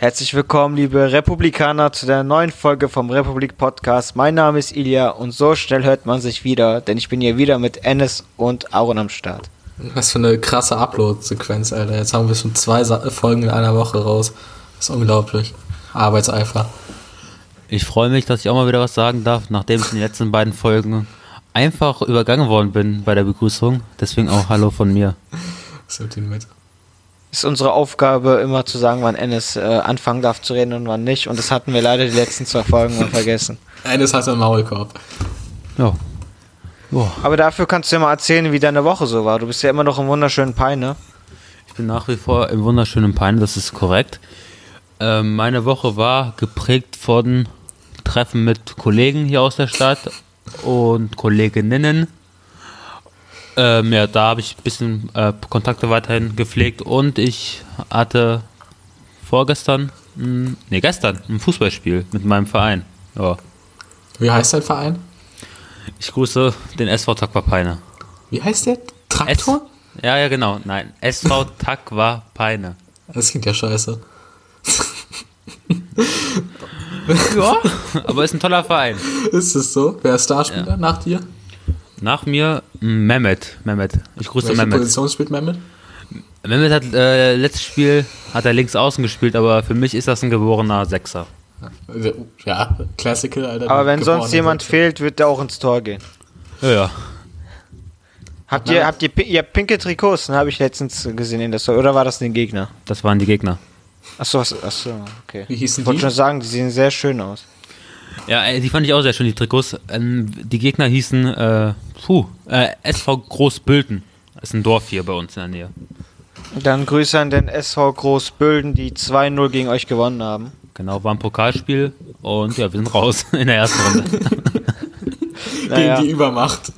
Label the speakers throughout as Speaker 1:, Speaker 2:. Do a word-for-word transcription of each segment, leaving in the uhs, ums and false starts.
Speaker 1: Herzlich willkommen, liebe Republikaner, zu der neuen Folge vom Republik-Podcast. Mein Name ist Ilja und so schnell hört man sich wieder, denn ich bin hier wieder mit Enes und Aaron am Start.
Speaker 2: Was für eine krasse Upload-Sequenz, Alter. Jetzt haben wir schon zwei Folgen in einer Woche raus. Das ist unglaublich. Arbeitseifer.
Speaker 3: Ich freue mich, dass ich auch mal wieder was sagen darf, nachdem ich in den letzten beiden Folgen einfach übergangen worden bin bei der Begrüßung. Deswegen auch Hallo von mir.
Speaker 2: Was nimmt ihn mit?
Speaker 1: Ist unsere Aufgabe, immer zu sagen, wann Enes äh, anfangen darf zu reden und wann nicht. Und das hatten wir leider die letzten zwei Folgen mal vergessen.
Speaker 2: Enes hat einen Maulkorb.
Speaker 3: Ja. Boah.
Speaker 1: Aber dafür kannst du ja mal erzählen, wie deine Woche so war. Du bist ja immer noch im wunderschönen Peine.
Speaker 3: Ich bin nach wie vor im wunderschönen Peine, das ist korrekt. Ähm, meine Woche war geprägt von Treffen mit Kollegen hier aus der Stadt und Kolleginnen. Ähm, ja, da habe ich ein bisschen äh, Kontakte weiterhin gepflegt und ich hatte vorgestern, mh, nee gestern, ein Fußballspiel mit meinem Verein. Ja.
Speaker 2: Wie heißt dein Verein?
Speaker 3: Ich grüße den S V Takwa Peine.
Speaker 2: Wie heißt der? Traktor?
Speaker 3: S- ja, ja, genau. Nein, S V Takwa Peine.
Speaker 2: Das klingt ja scheiße.
Speaker 3: Ja, aber ist ein toller Verein.
Speaker 2: Ist es so? Wer ist Starspieler ja. nach dir?
Speaker 3: Nach mir Mehmet. Mehmet. Ich grüße
Speaker 2: Welche
Speaker 3: Mehmet.
Speaker 2: Position spielt Mehmet?
Speaker 3: Mehmet hat äh, letztes Spiel hat er links außen gespielt, aber für mich ist das ein geborener Sechser.
Speaker 2: Ja, Classical, Alter.
Speaker 1: Aber wenn sonst jemand Sechser fehlt, wird der auch ins Tor gehen.
Speaker 3: Ja, ja.
Speaker 1: Habt ihr, habt ihr, ihr habt pinke Trikots, ne, habe ich letztens gesehen in der Story. Oder war das den Gegner?
Speaker 3: Das waren die Gegner.
Speaker 1: Achso, achso, okay.
Speaker 2: Wie hießen
Speaker 1: ich wollte
Speaker 2: die?
Speaker 1: schon sagen, die sehen sehr schön aus.
Speaker 3: Ja, die fand ich auch sehr schön, die Trikots. Ähm, die Gegner hießen äh, puh, äh, S V Großbülten. Das ist ein Dorf hier bei uns in der Nähe.
Speaker 1: Dann Grüße an den S V Großbülden, die zwei null gegen euch gewonnen haben.
Speaker 3: Genau, war ein Pokalspiel und ja, wir sind raus in der ersten Runde.
Speaker 2: naja. Gegen die Übermacht.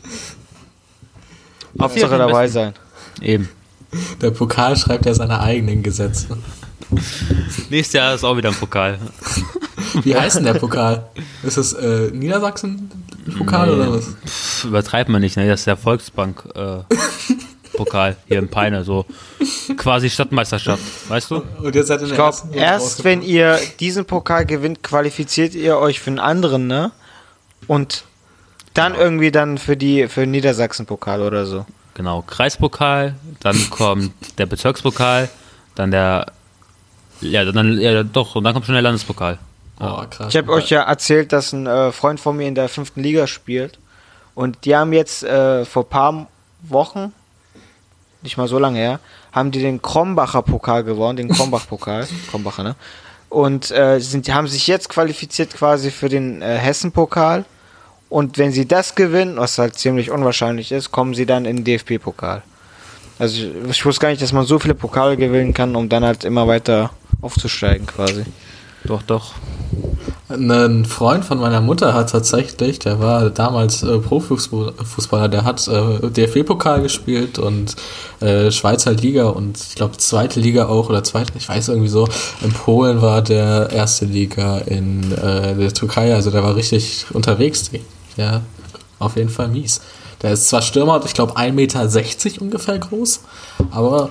Speaker 1: Hauptsache dabei sein.
Speaker 3: Eben.
Speaker 2: Der Pokal schreibt ja seine eigenen Gesetze.
Speaker 3: Nächstes Jahr ist auch wieder ein Pokal.
Speaker 2: Wie heißt denn der Pokal? Ist das äh, Niedersachsen-Pokal nee, oder was?
Speaker 3: Pff, übertreibt man nicht, ne? Das ist der Volksbank-Pokal äh, hier in Peine, so quasi Stadtmeisterschaft, weißt du?
Speaker 2: Und jetzt seid ihr
Speaker 1: ich glaube, erst wenn ihr diesen Pokal gewinnt, qualifiziert ihr euch für einen anderen, ne? Und dann genau. irgendwie dann für die für den Niedersachsen-Pokal oder so.
Speaker 3: Genau, Kreispokal, dann kommt der Bezirkspokal, dann der Ja, dann ja doch, und dann kommt schon der Landespokal.
Speaker 2: Oh, krass.
Speaker 1: Ich habe euch ja erzählt, dass ein äh, Freund von mir in der fünften Liga spielt. Und die haben jetzt äh, vor ein paar Wochen, nicht mal so lange her, haben die den Krombacher Pokal gewonnen, den Krombach-Pokal. Krombacher, ne? Und äh, sind, haben sich jetzt qualifiziert quasi für den äh, Hessen-Pokal. Und wenn sie das gewinnen, was halt ziemlich unwahrscheinlich ist, kommen sie dann in den D F B-Pokal. Also ich, ich wusste gar nicht, dass man so viele Pokale gewinnen kann, um dann halt immer weiter aufzusteigen quasi.
Speaker 3: Doch, doch.
Speaker 2: Ein Freund von meiner Mutter hat tatsächlich, der war damals äh, Profifußballer, der hat äh, D F B-Pokal gespielt und äh, Schweizer Liga und ich glaube zweite Liga auch oder zweite, ich weiß irgendwie so. In Polen war der erste Liga in äh, der Türkei, also der war richtig unterwegs. Ja, auf jeden Fall mies. Der ist zwar Stürmer und ich glaube ein Meter sechzig ungefähr groß, aber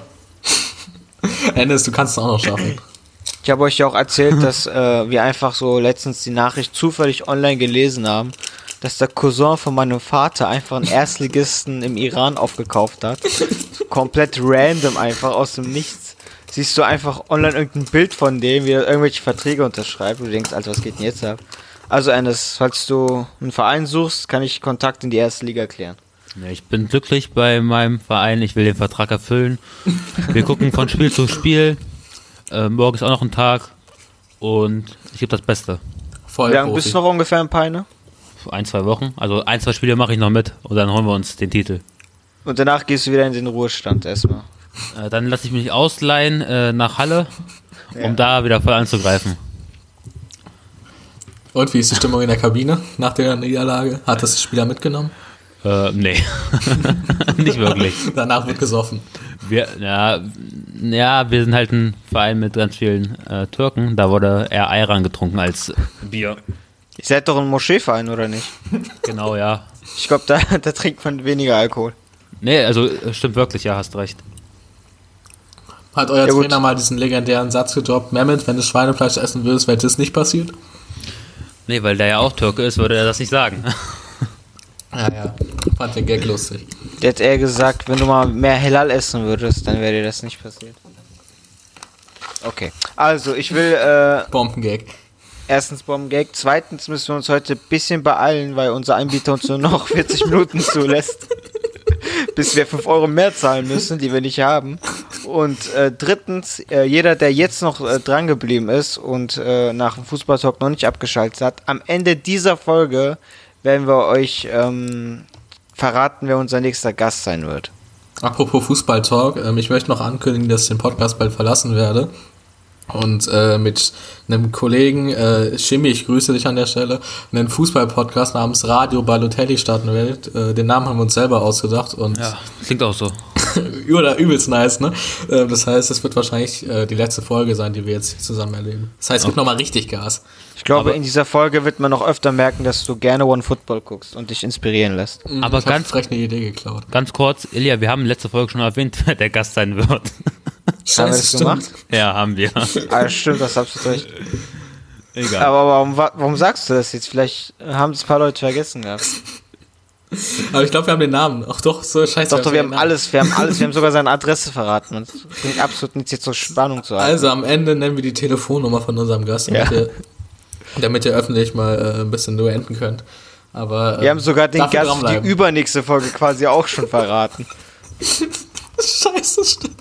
Speaker 2: Enes, du kannst es auch noch schaffen.
Speaker 1: Ich habe euch ja auch erzählt, dass äh, wir einfach so letztens die Nachricht zufällig online gelesen haben, dass der Cousin von meinem Vater einfach einen Erstligisten im Iran aufgekauft hat. Komplett random einfach, aus dem Nichts. Siehst du einfach online irgendein Bild von dem, wie er irgendwelche Verträge unterschreibt. Und du denkst, Alter, was geht denn jetzt ab? Also Enes, falls du einen Verein suchst, kann ich Kontakt in die erste Liga klären.
Speaker 3: Ich bin glücklich bei meinem Verein, ich will den Vertrag erfüllen. Wir gucken von Spiel zu Spiel. Äh, morgen ist auch noch ein Tag und ich gebe das Beste.
Speaker 1: Voll Wie lange bist du noch ungefähr in Peine?
Speaker 3: Ein, zwei Wochen. Also ein, zwei Spiele mache ich noch mit und dann holen wir uns den Titel.
Speaker 1: Und danach gehst du wieder in den Ruhestand erstmal?
Speaker 3: Äh, dann lasse ich mich ausleihen äh, nach Halle, um ja. da wieder voll anzugreifen.
Speaker 2: Und wie ist die Stimmung in der Kabine nach der Niederlage? Hat das Spieler mitgenommen?
Speaker 3: Äh, nee. Nicht wirklich.
Speaker 2: Danach wird gesoffen.
Speaker 3: Wir, ja, ja, wir sind halt ein Verein mit ganz vielen äh, Türken. Da wurde eher Ayran getrunken als Bier.
Speaker 1: Ihr seid doch ein Moscheeverein, oder nicht?
Speaker 3: Genau, ja.
Speaker 1: Ich glaube, da, da trinkt man weniger Alkohol.
Speaker 3: Nee, also stimmt wirklich, ja, hast recht.
Speaker 2: Hat euer
Speaker 1: Ja, gut.
Speaker 2: Trainer mal diesen legendären Satz gedroppt, Mehmet, wenn du Schweinefleisch essen würdest, wäre das nicht passiert?
Speaker 3: Nee, weil der ja auch Türke ist, würde er das nicht sagen.
Speaker 2: Ja, ja. Fand den Gag lustig.
Speaker 1: Der hat eher gesagt, wenn du mal mehr Halal essen würdest, dann wäre dir das nicht passiert. Okay. Also, ich will äh,
Speaker 2: Bombengag.
Speaker 1: erstens Bombengag. Zweitens müssen wir uns heute ein bisschen beeilen, weil unser Anbieter uns nur noch vierzig Minuten zulässt. Bis wir fünf Euro mehr zahlen müssen, die wir nicht haben. Und äh, drittens, äh, jeder, der jetzt noch äh, dran geblieben ist und äh, nach dem Fußballtalk noch nicht abgeschaltet hat, am Ende dieser Folge werden wir euch ähm, verraten, wer unser nächster Gast sein wird.
Speaker 2: Apropos Fußball-Talk, ähm, ich möchte noch ankündigen, dass ich den Podcast bald verlassen werde. Und äh, mit einem Kollegen, äh, Schimmi, ich grüße dich an der Stelle, einen Fußball-Podcast namens Radio Balotelli starten werde. Äh, den Namen haben wir uns selber ausgedacht und
Speaker 3: Ja, klingt auch so.
Speaker 2: oder übelst nice, ne? Äh, das heißt, es wird wahrscheinlich äh, die letzte Folge sein, die wir jetzt hier zusammen erleben. Das heißt, es gibt nochmal richtig Gas.
Speaker 1: Ich glaube,
Speaker 3: Aber-
Speaker 1: in dieser Folge wird man noch öfter merken, dass du gerne One Football guckst und dich inspirieren lässt.
Speaker 3: Aber
Speaker 2: ich hab
Speaker 3: ganz-
Speaker 2: frech eine Idee geklaut.
Speaker 3: Ganz kurz, Ilja, wir haben letzte Folge schon erwähnt, wer der Gast sein wird.
Speaker 1: Haben wir das
Speaker 2: stimmt.
Speaker 1: gemacht?
Speaker 3: Ja, haben wir.
Speaker 1: Ah, stimmt, das hast du recht.
Speaker 3: Egal.
Speaker 1: Aber warum, wa- warum sagst du das jetzt? Vielleicht haben es ein paar Leute vergessen gehabt.
Speaker 2: Aber ich glaube, wir haben den Namen. Ach doch, so scheiße.
Speaker 1: Doch, doch, wir haben
Speaker 2: den Namen.
Speaker 1: alles, wir haben alles, wir haben sogar seine Adresse verraten. Und es bringt absolut nichts, jetzt so Spannung zu haben.
Speaker 2: Also am Ende nennen wir die Telefonnummer von unserem Gast, damit,
Speaker 1: Ja.
Speaker 2: ihr, damit ihr öffentlich mal äh, ein bisschen duetten könnt. Aber, äh,
Speaker 1: Wir haben sogar den
Speaker 2: dafür
Speaker 1: Gast für die
Speaker 2: dranbleiben.
Speaker 1: übernächste Folge quasi auch schon verraten.
Speaker 2: Scheiße, stimmt.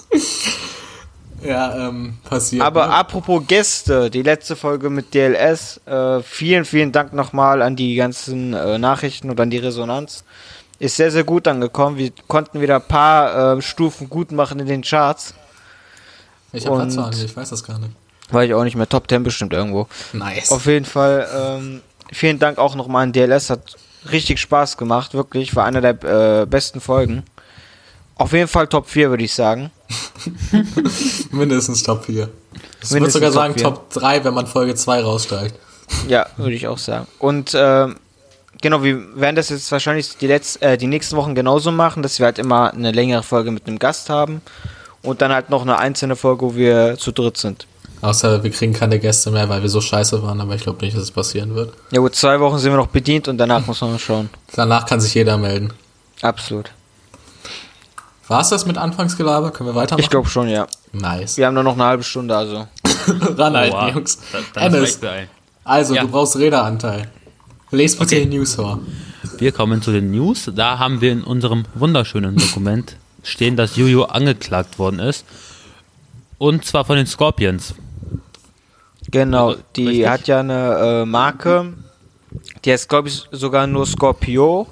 Speaker 2: Ja, ähm, passiert.
Speaker 1: Aber
Speaker 2: ne?
Speaker 1: apropos Gäste, die letzte Folge mit D L S, äh, vielen, vielen Dank nochmal an die ganzen äh, Nachrichten und an die Resonanz. Ist sehr, sehr gut angekommen. Wir konnten wieder ein paar äh, Stufen gut machen in den Charts.
Speaker 2: Ich habe
Speaker 1: und-
Speaker 2: Zahlen, ich weiß das gar nicht.
Speaker 1: War ich auch nicht mehr, Top zehn bestimmt irgendwo.
Speaker 2: Nice.
Speaker 1: Auf jeden Fall, ähm, vielen Dank auch nochmal an D L S, hat richtig Spaß gemacht, wirklich, war einer der äh, besten Folgen. Auf jeden Fall Top vier, würde ich sagen.
Speaker 2: Mindestens Top vier. Ich würde
Speaker 1: Mindestens
Speaker 2: sogar
Speaker 1: Top
Speaker 2: sagen
Speaker 1: vier.
Speaker 2: Top drei, wenn man Folge zwei raussteigt.
Speaker 1: Ja, würde ich auch sagen. Und ähm, genau, wir werden das jetzt wahrscheinlich die, letz äh, die nächsten Wochen genauso machen, dass wir halt immer eine längere Folge mit einem Gast haben und dann halt noch eine einzelne Folge, wo wir zu dritt sind.
Speaker 2: Außer wir kriegen keine Gäste mehr, weil wir so scheiße waren, aber ich glaube nicht, dass es passieren wird.
Speaker 1: Ja gut, zwei Wochen sind wir noch bedient und danach muss man mal schauen.
Speaker 2: Danach kann sich jeder melden.
Speaker 1: Absolut.
Speaker 2: War es das mit Anfangsgelaber? Können wir weitermachen?
Speaker 1: Ich glaube schon, ja.
Speaker 2: Nice.
Speaker 1: Wir haben nur noch eine halbe Stunde, also.
Speaker 2: Ranhalten,
Speaker 3: Oha,
Speaker 2: Jungs.
Speaker 3: da- dann
Speaker 2: Ennis,
Speaker 3: reicht's mir ein.
Speaker 2: also
Speaker 3: Ja.
Speaker 2: du brauchst Redeanteil. Lest bitte
Speaker 3: Okay.
Speaker 2: die News vor.
Speaker 3: Wir kommen zu den News. Da haben wir in unserem wunderschönen Dokument stehen, dass Juju angeklagt worden ist. Und zwar von den Scorpions.
Speaker 1: Genau,
Speaker 3: Also,
Speaker 1: die
Speaker 3: richtig?
Speaker 1: hat ja eine äh, Marke, die heißt, glaube ich, sogar nur Scorpio.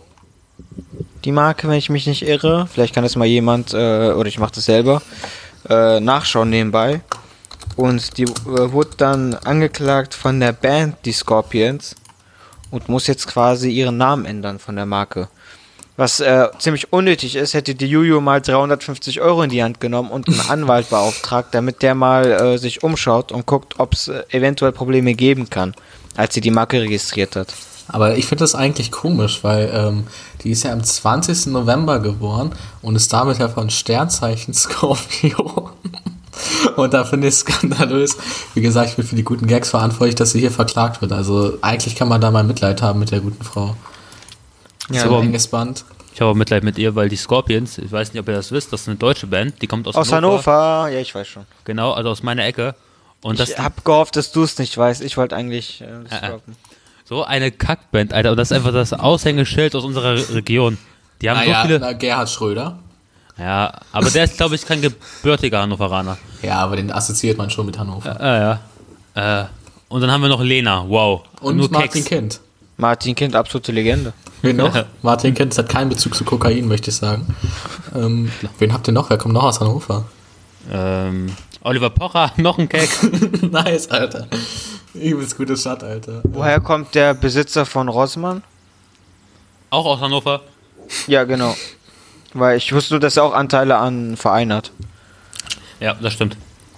Speaker 1: Die Marke, wenn ich mich nicht irre. Vielleicht kann das mal jemand, äh, oder ich mache das selber, äh, nachschauen nebenbei. Und die äh, wurde dann angeklagt von der Band, die Scorpions, und muss jetzt quasi ihren Namen ändern von der Marke. Was äh, ziemlich unnötig ist, hätte die Juju mal dreihundertfünfzig Euro in die Hand genommen und einen Anwalt beauftragt, damit der mal äh, sich umschaut und guckt, ob es äh, eventuell Probleme geben kann, als sie die Marke registriert hat.
Speaker 2: Aber ich finde das eigentlich komisch, weil ähm, die ist ja am zwanzigsten November geboren und ist damit ja von Sternzeichen Skorpio. Und da finde ich es skandalös. Wie gesagt, ich bin für die guten Gags verantwortlich, dass sie hier verklagt wird. Also eigentlich kann man da mal Mitleid haben mit der guten Frau.
Speaker 1: Ja,
Speaker 2: so
Speaker 3: aber-
Speaker 2: ein enges Band.
Speaker 3: Ich habe auch Mitleid mit ihr, weil die Scorpions, ich weiß nicht, ob ihr das wisst, das ist eine deutsche Band, die kommt aus,
Speaker 1: Aus Hannover, ja, ich weiß schon.
Speaker 3: Genau, also aus meiner Ecke. Und das
Speaker 1: Ich hab gehofft, dass du es nicht weißt. Ich wollte eigentlich äh, das
Speaker 3: Äh, äh.
Speaker 1: droppen.
Speaker 3: so eine Kackband, Alter. Und das ist einfach das Aushängeschild aus unserer Re- Region. Die haben
Speaker 2: Naja,
Speaker 3: so viele.
Speaker 2: na, Gerhard Schröder.
Speaker 3: Ja, aber der ist, glaube ich, kein gebürtiger Hannoveraner.
Speaker 2: Ja, aber den assoziiert man schon mit Hannover.
Speaker 3: Ja, ja. Äh, und dann haben wir noch Lena, wow.
Speaker 2: Und
Speaker 3: nur
Speaker 2: Martin
Speaker 3: Keks.
Speaker 2: Kind.
Speaker 1: Martin Kind, absolute Legende.
Speaker 2: Wen noch? Martin Kind, das hat keinen Bezug zu Kokain, möchte ich sagen. Ähm, wen habt ihr noch? Wer kommt noch aus Hannover?
Speaker 3: Ähm, Oliver Pocher, noch ein Kek.
Speaker 2: Nice, Alter. Übelst gute Stadt, Alter.
Speaker 1: Woher kommt der Besitzer von Rossmann?
Speaker 3: Auch aus Hannover.
Speaker 1: Ja, genau. Weil ich wusste nur, dass er auch Anteile an einem Verein hat.
Speaker 3: Ja, das stimmt.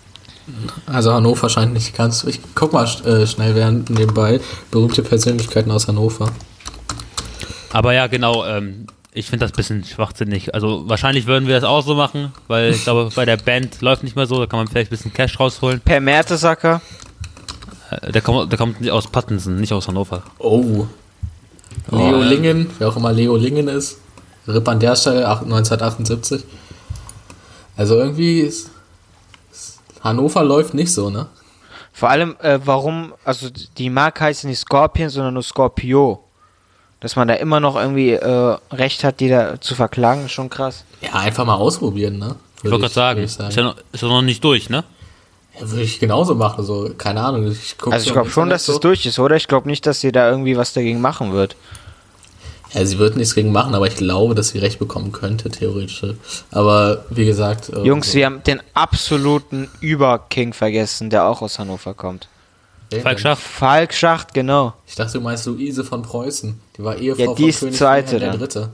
Speaker 2: Also Hannover scheint nicht ganz... Ich guck mal äh, schnell während nebenbei. Berühmte Persönlichkeiten aus Hannover.
Speaker 3: Aber ja, genau. Ähm, Ich finde das ein bisschen schwachsinnig. Also wahrscheinlich würden wir das auch so machen, weil ich glaube, bei der Band läuft nicht mehr so, da kann man vielleicht ein bisschen Cash rausholen.
Speaker 1: Per Mertesacker.
Speaker 3: Äh, Der kommt, der kommt aus Pattensen, nicht aus Hannover.
Speaker 2: Oh. Leo Lingen, wer auch immer Leo Lingen ist. Ripp an der Stelle, ach- neunzehnhundertachtundsiebzig. Also irgendwie ist, ist Hannover läuft nicht so, ne?
Speaker 1: Vor allem, äh, warum, also die Marke heißt nicht Scorpion, sondern nur Scorpio. Dass man da immer noch irgendwie äh, Recht hat, die da zu verklagen, ist schon krass.
Speaker 2: Ja, einfach mal ausprobieren, ne?
Speaker 3: Ich wollte gerade sagen,
Speaker 2: würde
Speaker 3: ist
Speaker 2: ich
Speaker 3: ja, noch, ist ja noch nicht durch, ne?
Speaker 2: Ja, würde ich genauso machen, so, keine Ahnung. Ich guck
Speaker 1: Also ich
Speaker 2: so
Speaker 1: glaube
Speaker 2: im
Speaker 1: schon,
Speaker 2: Internet
Speaker 1: dass das
Speaker 2: so.
Speaker 1: durch ist, oder? Ich glaube nicht, dass sie da irgendwie was dagegen machen wird.
Speaker 2: Ja, sie wird nichts gegen machen, aber ich glaube, dass sie Recht bekommen könnte, theoretisch. Aber wie gesagt. äh,
Speaker 1: Jungs,
Speaker 2: so.
Speaker 1: wir haben den absoluten Überking vergessen, der auch aus Hannover kommt.
Speaker 2: Wen
Speaker 3: Falk
Speaker 2: denn?
Speaker 3: Schacht.
Speaker 1: Falk Schacht, genau.
Speaker 2: Ich dachte, du meinst Luise von Preußen. Die war Ehefrau
Speaker 1: Ja, die
Speaker 2: von
Speaker 1: ist
Speaker 2: König
Speaker 1: zweite
Speaker 2: Wilhelm der
Speaker 1: dann.
Speaker 2: Dritte.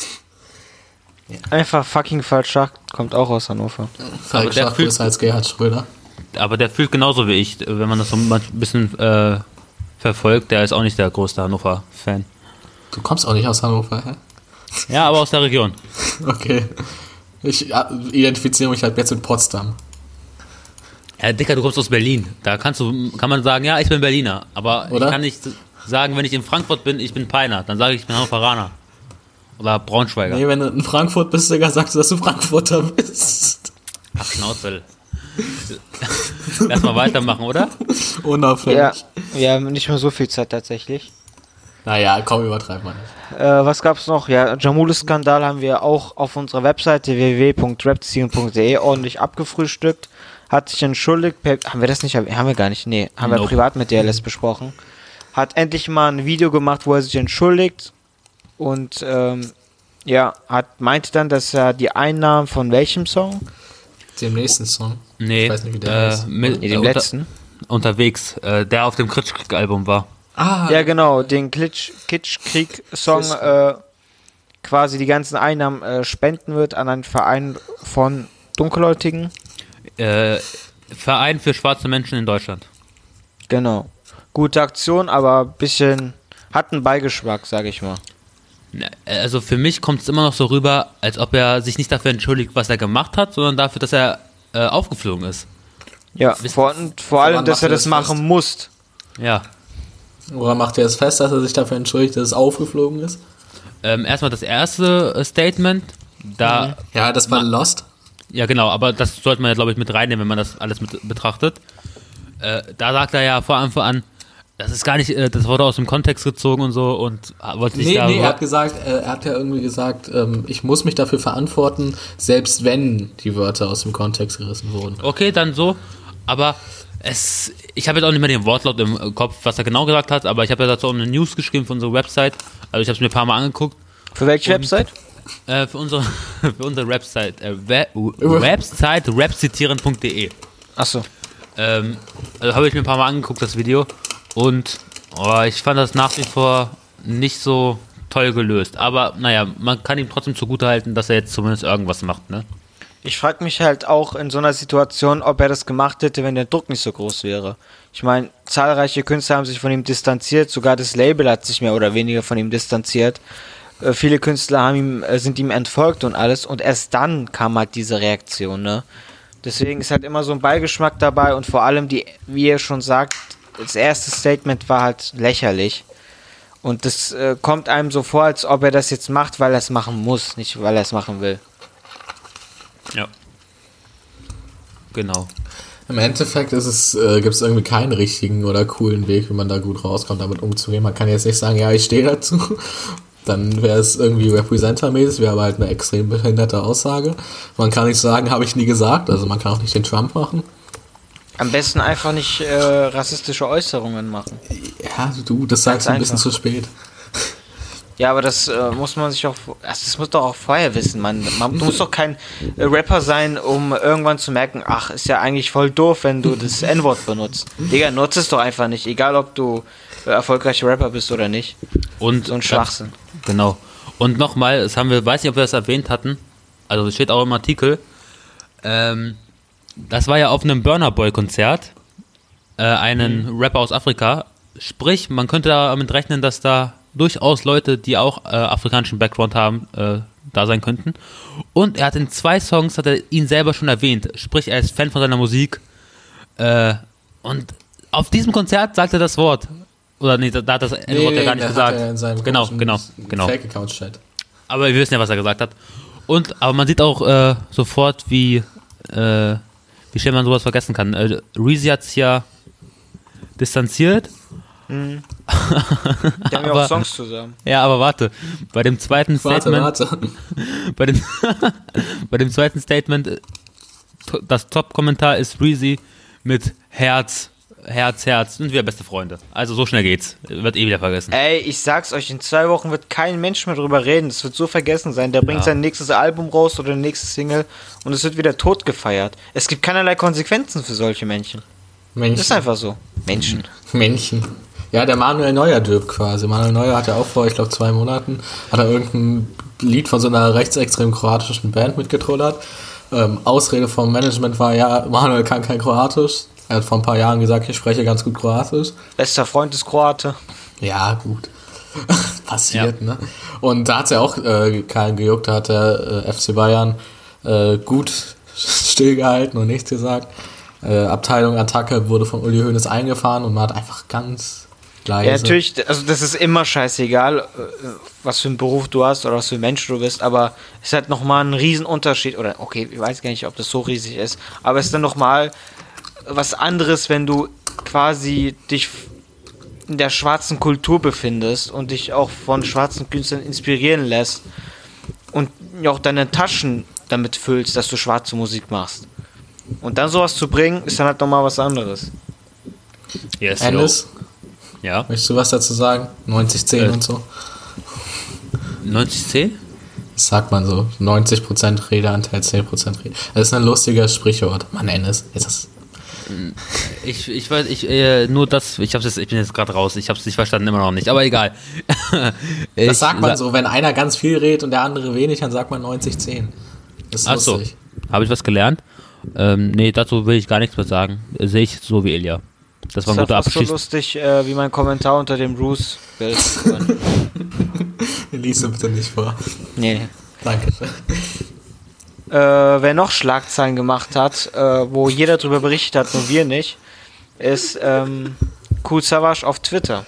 Speaker 1: Einfach fucking Falk Schacht, kommt auch aus Hannover.
Speaker 2: Falk
Speaker 3: der
Speaker 2: Schacht
Speaker 3: fühlt-
Speaker 2: größer als Gerhard Schröder.
Speaker 3: Aber der fühlt genauso wie ich, wenn man das so ein bisschen äh, verfolgt, der ist auch nicht der größte Hannover-Fan.
Speaker 2: Du kommst auch nicht aus Hannover, hä?
Speaker 3: Ja, aber aus der Region.
Speaker 2: Okay. Ich ja, identifiziere mich halt jetzt mit Potsdam.
Speaker 3: Ja, Dicker, du kommst aus Berlin. Da kannst du, kann man sagen, ja, ich bin Berliner. Aber
Speaker 2: Oder?
Speaker 3: ich kann nicht sagen, wenn ich in Frankfurt bin, ich bin Peiner. Dann sage ich, ich bin Hannoveraner. Oder Braunschweiger.
Speaker 2: Nee, wenn du in Frankfurt bist, Digga, sagst du, dass du Frankfurter bist.
Speaker 3: Ach, Schnauzel. Lass mal weitermachen, oder?
Speaker 2: Unauffällig.
Speaker 1: Ja, wir haben nicht mehr so viel Zeit tatsächlich.
Speaker 2: Naja, komm, übertreib mal nicht.
Speaker 1: Äh, was gab's noch? Ja, Jamule-Skandal haben wir auch auf unserer Webseite w w w punkt rapziehen punkt d e ordentlich abgefrühstückt. Hat sich entschuldigt. Per, haben wir das nicht? Haben wir gar nicht. Nee, haben wir
Speaker 3: Nope.
Speaker 1: privat mit D L S besprochen. Hat endlich mal ein Video gemacht, wo er sich entschuldigt. Und ähm, ja, hat meinte dann, dass er die Einnahmen von welchem Song?
Speaker 2: Den nächsten Song.
Speaker 3: Nee,
Speaker 2: Ich weiß nicht, wie der
Speaker 3: äh,
Speaker 2: heißt.
Speaker 3: mit,
Speaker 1: Nee,
Speaker 3: äh,
Speaker 1: dem
Speaker 3: unter,
Speaker 1: letzten.
Speaker 3: unterwegs, äh, der auf dem Kritschkrieg-Album war.
Speaker 2: Ah,
Speaker 1: Ja, genau, den Klitsch, Kitschkrieg-Song äh, quasi die ganzen Einnahmen äh, spenden wird an einen Verein von Dunkelhäutigen.
Speaker 3: Äh, Verein für schwarze Menschen in Deutschland.
Speaker 1: Genau. Gute Aktion, aber ein bisschen, hat einen Beigeschmack, sag ich mal.
Speaker 3: Na, Also für mich kommt es immer noch so rüber, als ob er sich nicht dafür entschuldigt, was er gemacht hat, sondern dafür, dass er äh, aufgeflogen ist.
Speaker 1: Ja,
Speaker 3: Wisst-
Speaker 1: vor, und vor allem,
Speaker 2: woran
Speaker 1: dass
Speaker 2: macht
Speaker 1: er
Speaker 2: er
Speaker 1: das
Speaker 2: das
Speaker 1: machen
Speaker 2: fest?
Speaker 1: muss.
Speaker 3: Ja.
Speaker 2: Woran macht er es fest, dass er sich dafür entschuldigt, dass es aufgeflogen ist?
Speaker 3: Ähm, erstmal das erste äh, Statement. Da,
Speaker 2: Ja, das war Lost.
Speaker 3: ja genau, aber das sollte man ja, glaube ich, mit reinnehmen, wenn man das alles mit betrachtet. Äh, da sagt er ja vor Anfang an, das ist gar nicht, äh, das wurde aus dem Kontext gezogen und so und äh, wollte sich
Speaker 2: Nee,
Speaker 3: da...
Speaker 2: nee, er hat gesagt, äh, er hat ja irgendwie gesagt, ähm, ich muss mich dafür verantworten, selbst wenn die Wörter aus dem Kontext gerissen wurden.
Speaker 3: Okay, dann so. Aber es, ich habe jetzt auch nicht mehr den Wortlaut im Kopf, was er genau gesagt hat, aber ich habe ja dazu auch eine News geschrieben für unsere Website. Also ich habe es mir ein paar Mal angeguckt.
Speaker 1: Für welche
Speaker 3: Und-
Speaker 1: Website?
Speaker 3: Äh, für unsere, für unsere Website. Äh, Web, Website rapzitieren punkt de.
Speaker 1: Achso.
Speaker 3: Ähm, also habe ich mir ein paar Mal angeguckt, das Video. Und oh, ich fand das nach wie vor nicht so toll gelöst. Aber naja, man kann ihm trotzdem zugutehalten, dass er jetzt zumindest irgendwas macht, ne?
Speaker 1: Ich frage mich halt auch in so einer Situation, ob er das gemacht hätte, wenn der Druck nicht so groß wäre. Ich meine, zahlreiche Künstler haben sich von ihm distanziert, sogar das Label hat sich mehr oder weniger von ihm distanziert. Äh, viele Künstler haben ihm, äh, sind ihm entfolgt und alles und erst dann kam halt diese Reaktion, ne? Deswegen ist halt immer so ein Beigeschmack dabei und vor allem die, wie ihr schon sagt, das erste Statement war halt lächerlich. Und das äh, kommt einem so vor, als ob er das jetzt macht, weil er es machen muss, nicht weil er es machen will.
Speaker 3: Ja. Genau.
Speaker 2: Im Endeffekt ist es, äh, gibt es irgendwie keinen richtigen oder coolen Weg, wie man da gut rauskommt, damit umzugehen. Man kann jetzt nicht sagen, ja, ich stehe dazu. Dann wäre es irgendwie Representer-mäßig, wäre aber halt eine extrem behinderte Aussage. Man kann nicht sagen, habe ich nie gesagt, also man kann auch nicht den Trump machen.
Speaker 1: Am besten einfach nicht äh, rassistische Äußerungen machen.
Speaker 2: Ja, du, das sagst du ein bisschen
Speaker 1: einfach.
Speaker 2: zu spät.
Speaker 1: Ja, aber das äh, muss man sich auch, also das muss doch auch vorher wissen, man. man du musst doch kein äh, Rapper sein, um irgendwann zu merken, ach, ist ja eigentlich voll doof, wenn du das En-Wort benutzt. Digga, nutze es doch einfach nicht, egal ob du äh, erfolgreicher Rapper bist oder nicht.
Speaker 3: Und
Speaker 1: So ein Schwachsinn.
Speaker 3: Genau. Und nochmal, das haben wir, weiß nicht, ob wir das erwähnt hatten, also es steht auch im Artikel, ähm, das war ja auf einem Burna Boy Konzert, äh, einen Rapper aus Afrika, sprich, man könnte damit rechnen, dass da durchaus Leute, die auch äh, afrikanischen Background haben, äh, da sein könnten. Und er hat in zwei Songs, hat er ihn selber schon erwähnt, sprich, er ist Fan von seiner Musik. Äh, und auf diesem Konzert sagt er das Wort. Oder nee, da, da hat das N-Wort
Speaker 2: nee,
Speaker 3: ja
Speaker 2: nee,
Speaker 3: gar nicht
Speaker 2: der
Speaker 3: gesagt.
Speaker 2: Hat er in seinem
Speaker 3: genau, genau, genau.
Speaker 2: Fake-Account-Chat.
Speaker 3: Aber wir wissen ja, was er gesagt hat. Und, aber man sieht auch äh, sofort, wie, äh, wie schnell man sowas vergessen kann. Äh, Reezy hat sich ja distanziert.
Speaker 1: Mhm. Die haben ja auch Songs zusammen.
Speaker 3: Ja, aber warte. Bei dem zweiten Statement.
Speaker 2: Warte, warte.
Speaker 3: bei, dem bei dem zweiten Statement, äh, to- das Top-Kommentar ist Reezy mit Herz. Herz, Herz, sind wir beste Freunde. Also so schnell geht's. Wird eh wieder vergessen.
Speaker 1: Ey, ich sag's euch, in zwei Wochen wird kein Mensch mehr drüber reden. Das wird so vergessen sein. Der bringt
Speaker 3: Ja.
Speaker 1: sein nächstes Album raus oder nächste Single und es wird wieder tot gefeiert. Es gibt keinerlei Konsequenzen für solche Menschen.
Speaker 2: Männchen.
Speaker 1: Das ist einfach so. Menschen.
Speaker 2: Männchen. Ja, der Manuel Neuer Dirk quasi. Manuel Neuer hat ja auch vor, ich glaube, zwei Monaten, hat er irgendein Lied von so einer rechtsextremen kroatischen Band mitgetrollert. Ähm, Ausrede vom Management war, ja, Manuel kann kein Kroatisch. Er hat vor ein paar Jahren gesagt, ich spreche ganz gut Kroatisch.
Speaker 1: Bester Freund ist Kroate.
Speaker 2: Ja, gut. Passiert, ja. Ne? Und da hat es ja auch äh, keinen gejuckt, da hat der äh, F C Bayern äh, gut stillgehalten und nichts gesagt. Äh, Abteilung Attacke wurde von Uli Hoeneß eingefahren und man hat einfach ganz leise...
Speaker 1: Ja, natürlich, also das ist immer scheißegal, äh, was für einen Beruf du hast oder was für ein Mensch du bist, aber es ist halt nochmal ein Riesenunterschied, oder okay, ich weiß gar nicht, ob das so riesig ist, aber es ist dann nochmal was anderes, wenn du quasi dich in der schwarzen Kultur befindest und dich auch von schwarzen Künstlern inspirieren lässt und auch deine Taschen damit füllst, dass du schwarze Musik machst. Und dann sowas zu bringen, ist dann halt nochmal was anderes.
Speaker 3: Yes,
Speaker 2: Ennis,
Speaker 3: ja.
Speaker 2: möchtest du was dazu sagen? neunzig zehn
Speaker 3: Äh.
Speaker 2: und so?
Speaker 3: neunzig zehn?
Speaker 2: Das sagt man so. neunzig Prozent Redeanteil, zehn Prozent Rede. Das ist ein lustiges Sprichwort. Mann, Ennis, ist das...
Speaker 3: Ich, ich weiß, ich, äh, nur das, ich hab's jetzt, ich bin jetzt gerade raus, ich hab's nicht verstanden, immer noch nicht, aber egal. Ich
Speaker 2: Das sagt man
Speaker 3: sa-
Speaker 2: so, wenn einer ganz viel redet und der andere wenig, dann sagt man neunzig zehn. Das ist
Speaker 3: Ach so,
Speaker 2: lustig.
Speaker 3: habe ich was gelernt? Ähm, nee, dazu will ich gar nichts mehr sagen. Sehe ich so wie Ilja. Das war ein
Speaker 1: Das
Speaker 3: guter
Speaker 1: ist fast so
Speaker 3: Abschluss.
Speaker 1: lustig äh, wie mein Kommentar unter dem Bruce-Bild.
Speaker 2: Lies bitte nicht vor.
Speaker 1: Nee.
Speaker 2: Danke.
Speaker 1: Äh, wer noch Schlagzeilen gemacht hat, äh, wo jeder drüber berichtet hat, nur wir nicht, ist ähm, Kool Savas auf Twitter.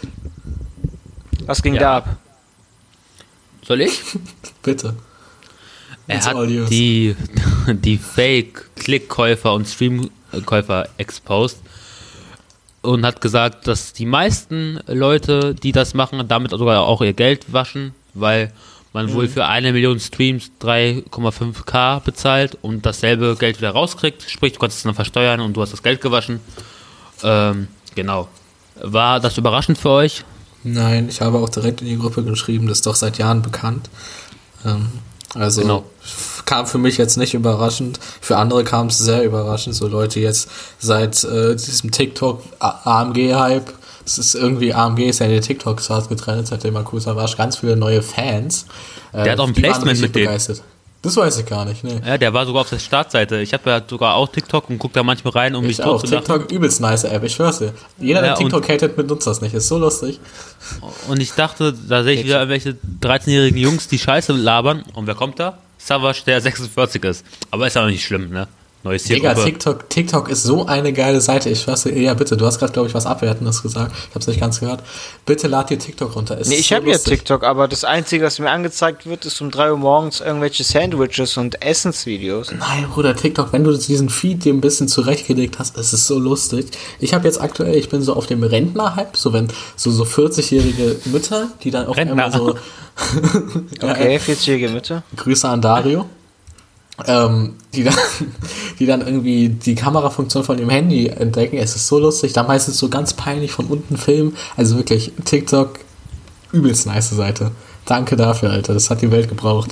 Speaker 1: Was ging
Speaker 3: Ja.
Speaker 1: da ab?
Speaker 3: Soll ich?
Speaker 2: Bitte.
Speaker 3: Er
Speaker 2: It's
Speaker 3: hat
Speaker 2: all yours.
Speaker 3: die, die Fake-Klickkäufer und Streamkäufer exposed und hat gesagt, dass die meisten Leute, die das machen, damit sogar auch ihr Geld waschen, weil man wohl für eine Million Streams drei Komma fünf K bezahlt und dasselbe Geld wieder rauskriegt. Sprich, du kannst es dann versteuern und du hast das Geld gewaschen. Ähm, genau. War das überraschend für euch?
Speaker 2: Nein, ich habe auch direkt in die Gruppe geschrieben, das ist doch seit Jahren bekannt. Ähm, also
Speaker 3: Genau.
Speaker 2: kam für mich jetzt nicht überraschend, für andere kam es sehr überraschend, so Leute jetzt seit äh, diesem TikTok-A M G-Hype, es ist irgendwie, A M G ist ja in den TikTok-Charts getrennt, seitdem Kool Savas ganz viele neue Fans. Äh,
Speaker 3: Der hat auch ein
Speaker 2: die waren
Speaker 3: Placement
Speaker 2: richtig
Speaker 3: mit denen.
Speaker 2: begeistert. Das weiß ich gar nicht, ne.
Speaker 3: Ja, der war sogar auf der Startseite. Ich habe ja sogar auch TikTok und gucke da manchmal rein, um mich
Speaker 2: Ich auch.
Speaker 3: tot zu lachen.
Speaker 2: TikTok, übelst nice App, ich schwör's dir. Jeder, der
Speaker 3: Ja, und-
Speaker 2: TikTok hatet, benutzt das nicht. Ist so lustig.
Speaker 3: Und ich dachte, da sehe ich wieder irgendwelche dreizehnjährigen Jungs, die Scheiße labern. Und wer kommt da? Savas, der sechsundvierzig ist. Aber ist ja noch nicht schlimm, ne? Neues
Speaker 2: Digga,
Speaker 3: Zielgruppe.
Speaker 2: TikTok, TikTok ist so eine geile Seite. Ich schwör's dir, ja bitte, du hast gerade, glaube ich, was Abwertendes gesagt. Ich hab's nicht ganz gehört. Bitte lad dir TikTok runter. Es
Speaker 1: Nee,
Speaker 2: ist
Speaker 1: ich
Speaker 2: so
Speaker 1: habe ja
Speaker 2: lustig.
Speaker 1: TikTok, aber das Einzige, was mir angezeigt wird, ist um drei Uhr morgens irgendwelche Sandwiches und Essensvideos.
Speaker 2: Nein, Bruder, TikTok, wenn du diesen Feed dir ein bisschen zurechtgelegt hast, es ist so lustig. Ich habe jetzt aktuell, ich bin so auf dem Rentner-Hype, so wenn so, so vierzig-jährige Mütter, die dann auf
Speaker 3: Rentner.
Speaker 2: einmal so...
Speaker 1: Okay, vierzig-jährige Mitte.
Speaker 2: Grüße an Dario. Ähm, die, dann, die dann irgendwie die Kamerafunktion von dem Handy entdecken. Es ist so lustig. Da meistens so ganz peinlich von unten filmen. Also wirklich, TikTok, übelst nice Seite. Danke dafür, Alter. Das hat die Welt gebraucht.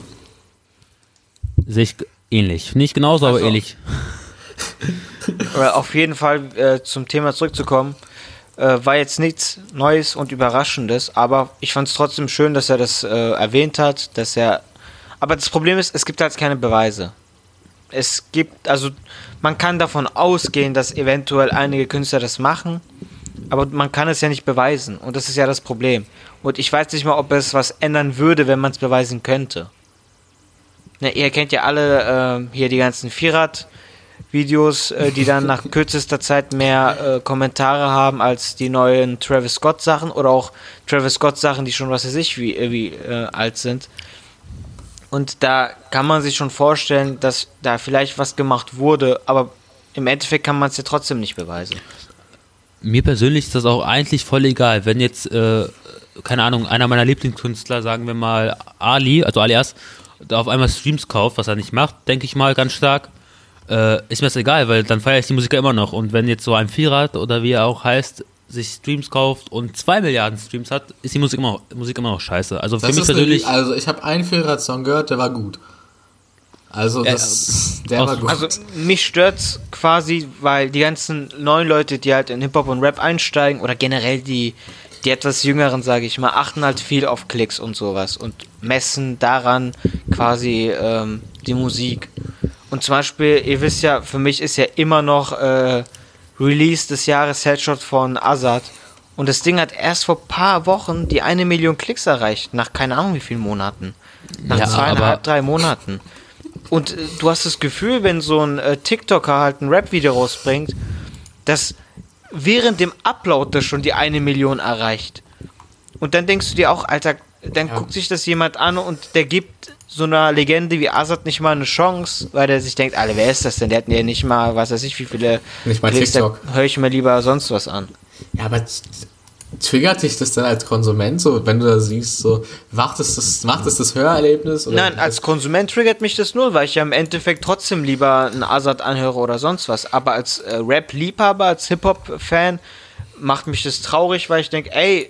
Speaker 3: Sehe ich ähnlich. Nicht genauso, aber
Speaker 1: Also-
Speaker 3: ähnlich.
Speaker 1: Aber auf jeden Fall äh, zum Thema zurückzukommen, äh, war jetzt nichts Neues und Überraschendes, aber ich fand es trotzdem schön, dass er das äh, erwähnt hat, dass er. Aber das Problem ist, es gibt halt keine Beweise. Es gibt, also man kann davon ausgehen, dass eventuell einige Künstler das machen, aber man kann es ja nicht beweisen und das ist ja das Problem. Und ich weiß nicht mal, ob es was ändern würde, wenn man es beweisen könnte. Ne, ihr kennt ja alle äh, hier die ganzen Vierrad-Videos, äh, die dann nach kürzester Zeit mehr äh, Kommentare haben als die neuen Travis Scott-Sachen oder auch Travis Scott-Sachen, die schon was weiß ich wie, wie äh, alt sind. Und da kann man sich schon vorstellen, dass da vielleicht was gemacht wurde, aber im Endeffekt kann man es ja trotzdem nicht beweisen.
Speaker 3: Mir persönlich ist das auch eigentlich voll egal, wenn jetzt, äh, keine Ahnung, einer meiner Lieblingskünstler, sagen wir mal Ali, also Alias, da auf einmal Streams kauft, was er nicht macht, denke ich mal ganz stark, äh, ist mir das egal, weil dann feiere ich die Musiker immer noch. Und wenn jetzt so ein Vierrad oder wie er auch heißt, sich Streams kauft und zwei Milliarden Streams hat, ist die Musik immer noch, Musik immer noch scheiße. Also für
Speaker 2: das
Speaker 3: mich
Speaker 2: ist
Speaker 3: persönlich...
Speaker 2: Eine, also ich habe einen Vierrad-Song gehört, der war gut. Also das, äh, der war gut.
Speaker 1: Also mich stört's quasi, weil die ganzen neuen Leute, die halt in Hip-Hop und Rap einsteigen oder generell die, die etwas Jüngeren, sage ich mal, achten halt viel auf Klicks und sowas und messen daran quasi ähm, die Musik. Und zum Beispiel, ihr wisst ja, für mich ist ja immer noch äh, Release des Jahres Headshot von Azad und das Ding hat erst vor ein paar Wochen die eine Million Klicks erreicht, nach keine Ahnung wie vielen Monaten. Nach
Speaker 3: Ja,
Speaker 1: zweieinhalb,
Speaker 3: aber-
Speaker 1: drei Monaten. Und äh, du hast das Gefühl, wenn so ein äh, TikToker halt ein Rap-Video rausbringt, dass während dem Upload das schon die eine Million erreicht. Und dann denkst du dir auch, Alter, dann
Speaker 2: Ja.
Speaker 1: guckt sich das jemand an und der gibt so einer Legende wie Azad nicht mal eine Chance, weil der sich denkt, Alter, wer ist das denn? Der hat ja nicht mal, was weiß ich, wie viele
Speaker 2: Nicht mal
Speaker 1: Klicks, da
Speaker 2: TikTok.
Speaker 1: höre ich mir lieber sonst was an.
Speaker 2: Ja, aber t- triggert dich das dann als Konsument so, wenn du da siehst, so, macht es das, macht es das Hörerlebnis? Oder
Speaker 1: Nein, als Konsument triggert mich das nur, weil ich ja im Endeffekt trotzdem lieber einen Azad anhöre oder sonst was. Aber als äh, Rap-Liebhaber, als Hip-Hop-Fan macht mich das traurig, weil ich denke, ey,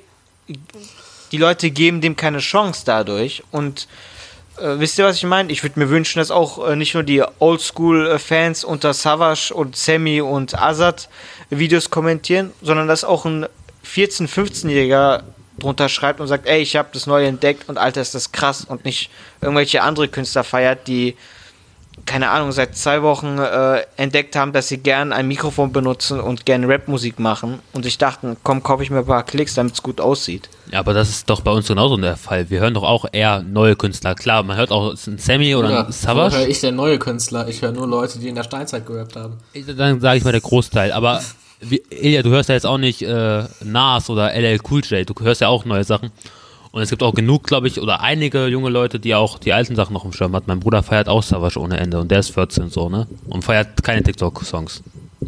Speaker 1: die Leute geben dem keine Chance dadurch. Und äh, wisst ihr, was ich meine? Ich würde mir wünschen, dass auch äh, nicht nur die Oldschool-Fans unter Savage und Sammy und Azad Videos kommentieren, sondern dass auch ein vierzehn-, fünfzehnjähriger drunter schreibt und sagt, ey, ich habe das Neue entdeckt und Alter, ist das krass und nicht irgendwelche andere Künstler feiert, die, keine Ahnung, seit zwei Wochen äh, entdeckt haben, dass sie gern ein Mikrofon benutzen und gern Rapmusik machen und sich dachten, komm, kaufe ich mir ein paar Klicks, damit es gut aussieht.
Speaker 3: Ja, aber das ist doch bei uns genauso der Fall. Wir hören doch auch eher neue Künstler. Klar, man hört auch einen Sammy oder
Speaker 2: oder
Speaker 3: einen
Speaker 2: wo
Speaker 3: Savage.
Speaker 2: höre ich der neue Künstler? Ich höre nur Leute, die in der Steinzeit gerappt haben.
Speaker 3: Dann sage ich mal der Großteil. Aber wie, Ilja, du hörst ja jetzt auch nicht äh, Nas oder L L Cool J. Du hörst ja auch neue Sachen. Und es gibt auch genug, glaube ich, oder einige junge Leute, die auch die alten Sachen noch im Schirm hat. Mein Bruder feiert auch Savage ohne Ende und der ist vierzehn so, ne? Und feiert keine TikTok-Songs.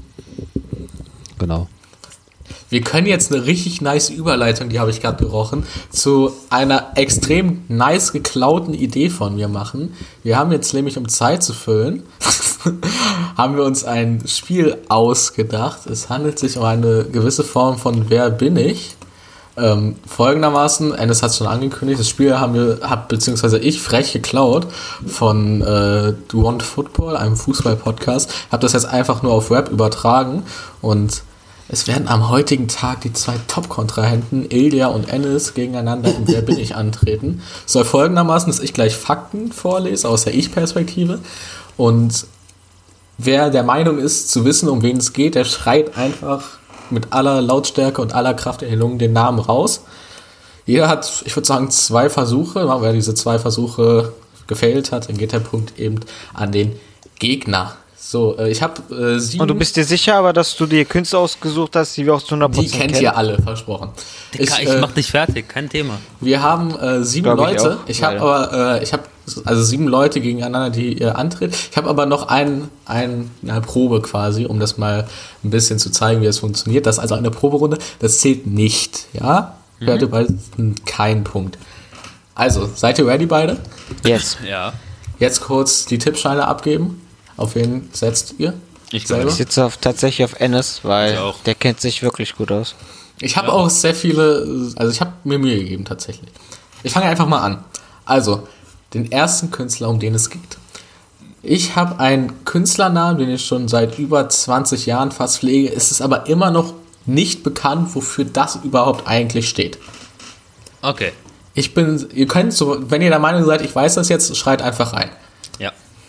Speaker 3: Genau.
Speaker 2: Wir können jetzt eine richtig nice Überleitung, die habe ich gerade gerochen, zu einer extrem nice geklauten Idee von mir machen. Wir haben jetzt nämlich, um Zeit zu füllen, haben wir uns ein Spiel ausgedacht. Es handelt sich um eine gewisse Form von Wer bin ich? Ähm, folgendermaßen, Ennis hat es schon angekündigt, das Spiel haben wir, hab, beziehungsweise ich frech geklaut von äh, Do Want Football, einem Fußball-Podcast, habe das jetzt einfach nur auf Rap übertragen und es werden am heutigen Tag die zwei Top-Kontrahenten, Ilja und Ennis, gegeneinander in Wer bin ich antreten. Es soll folgendermaßen, dass ich gleich Fakten vorlese aus der Ich-Perspektive und wer der Meinung ist, zu wissen, um wen es geht, der schreit einfach mit aller Lautstärke und aller Kraft in den Lungen den Namen raus. Jeder hat, ich würde sagen, zwei Versuche. Wer diese zwei Versuche gefailt hat, dann geht der Punkt eben an den Gegner. So, äh, ich habe äh, sieben...
Speaker 1: Und du bist dir sicher aber, dass du dir Künstler ausgesucht hast, die wir auch zu hundert
Speaker 2: Die
Speaker 1: Prozent
Speaker 2: kennt
Speaker 1: kennen?
Speaker 2: ihr alle, versprochen.
Speaker 3: Ich, ich
Speaker 2: äh,
Speaker 3: mach dich fertig, kein Thema.
Speaker 2: Wir haben äh, sieben
Speaker 1: Glaub ich
Speaker 2: Leute.
Speaker 1: auch,
Speaker 2: Ich, habe
Speaker 1: leider.
Speaker 2: aber, äh, ich habe also sieben Leute gegeneinander, die äh, antreten. Ich habe aber noch ein, ein, eine Probe quasi, um das mal ein bisschen zu zeigen, wie es funktioniert. Das ist also eine Proberunde. Das zählt nicht, ja? Mhm. Hört ihr beide keinen Punkt. Also, seid ihr ready beide?
Speaker 1: Yes.
Speaker 3: Ja.
Speaker 2: Jetzt kurz die Tippscheine abgeben. Auf wen setzt ihr?
Speaker 3: Ich
Speaker 2: Selber?
Speaker 1: Ich sitze auf, tatsächlich auf Ennis, weil
Speaker 3: Ich auch.
Speaker 1: der kennt sich wirklich gut aus.
Speaker 2: Ich habe auch sehr viele, also ich habe mir Mühe gegeben tatsächlich. Ich fange einfach mal an. Also, den ersten Künstler, um den es geht. Ich habe einen Künstlernamen, den ich schon seit über zwanzig Jahren fast pflege. Es ist aber immer noch nicht bekannt, wofür das überhaupt eigentlich steht.
Speaker 3: Okay.
Speaker 2: Ich bin, ihr könnt so, wenn ihr der Meinung seid, ich weiß das jetzt, schreit einfach rein.
Speaker 3: Ja.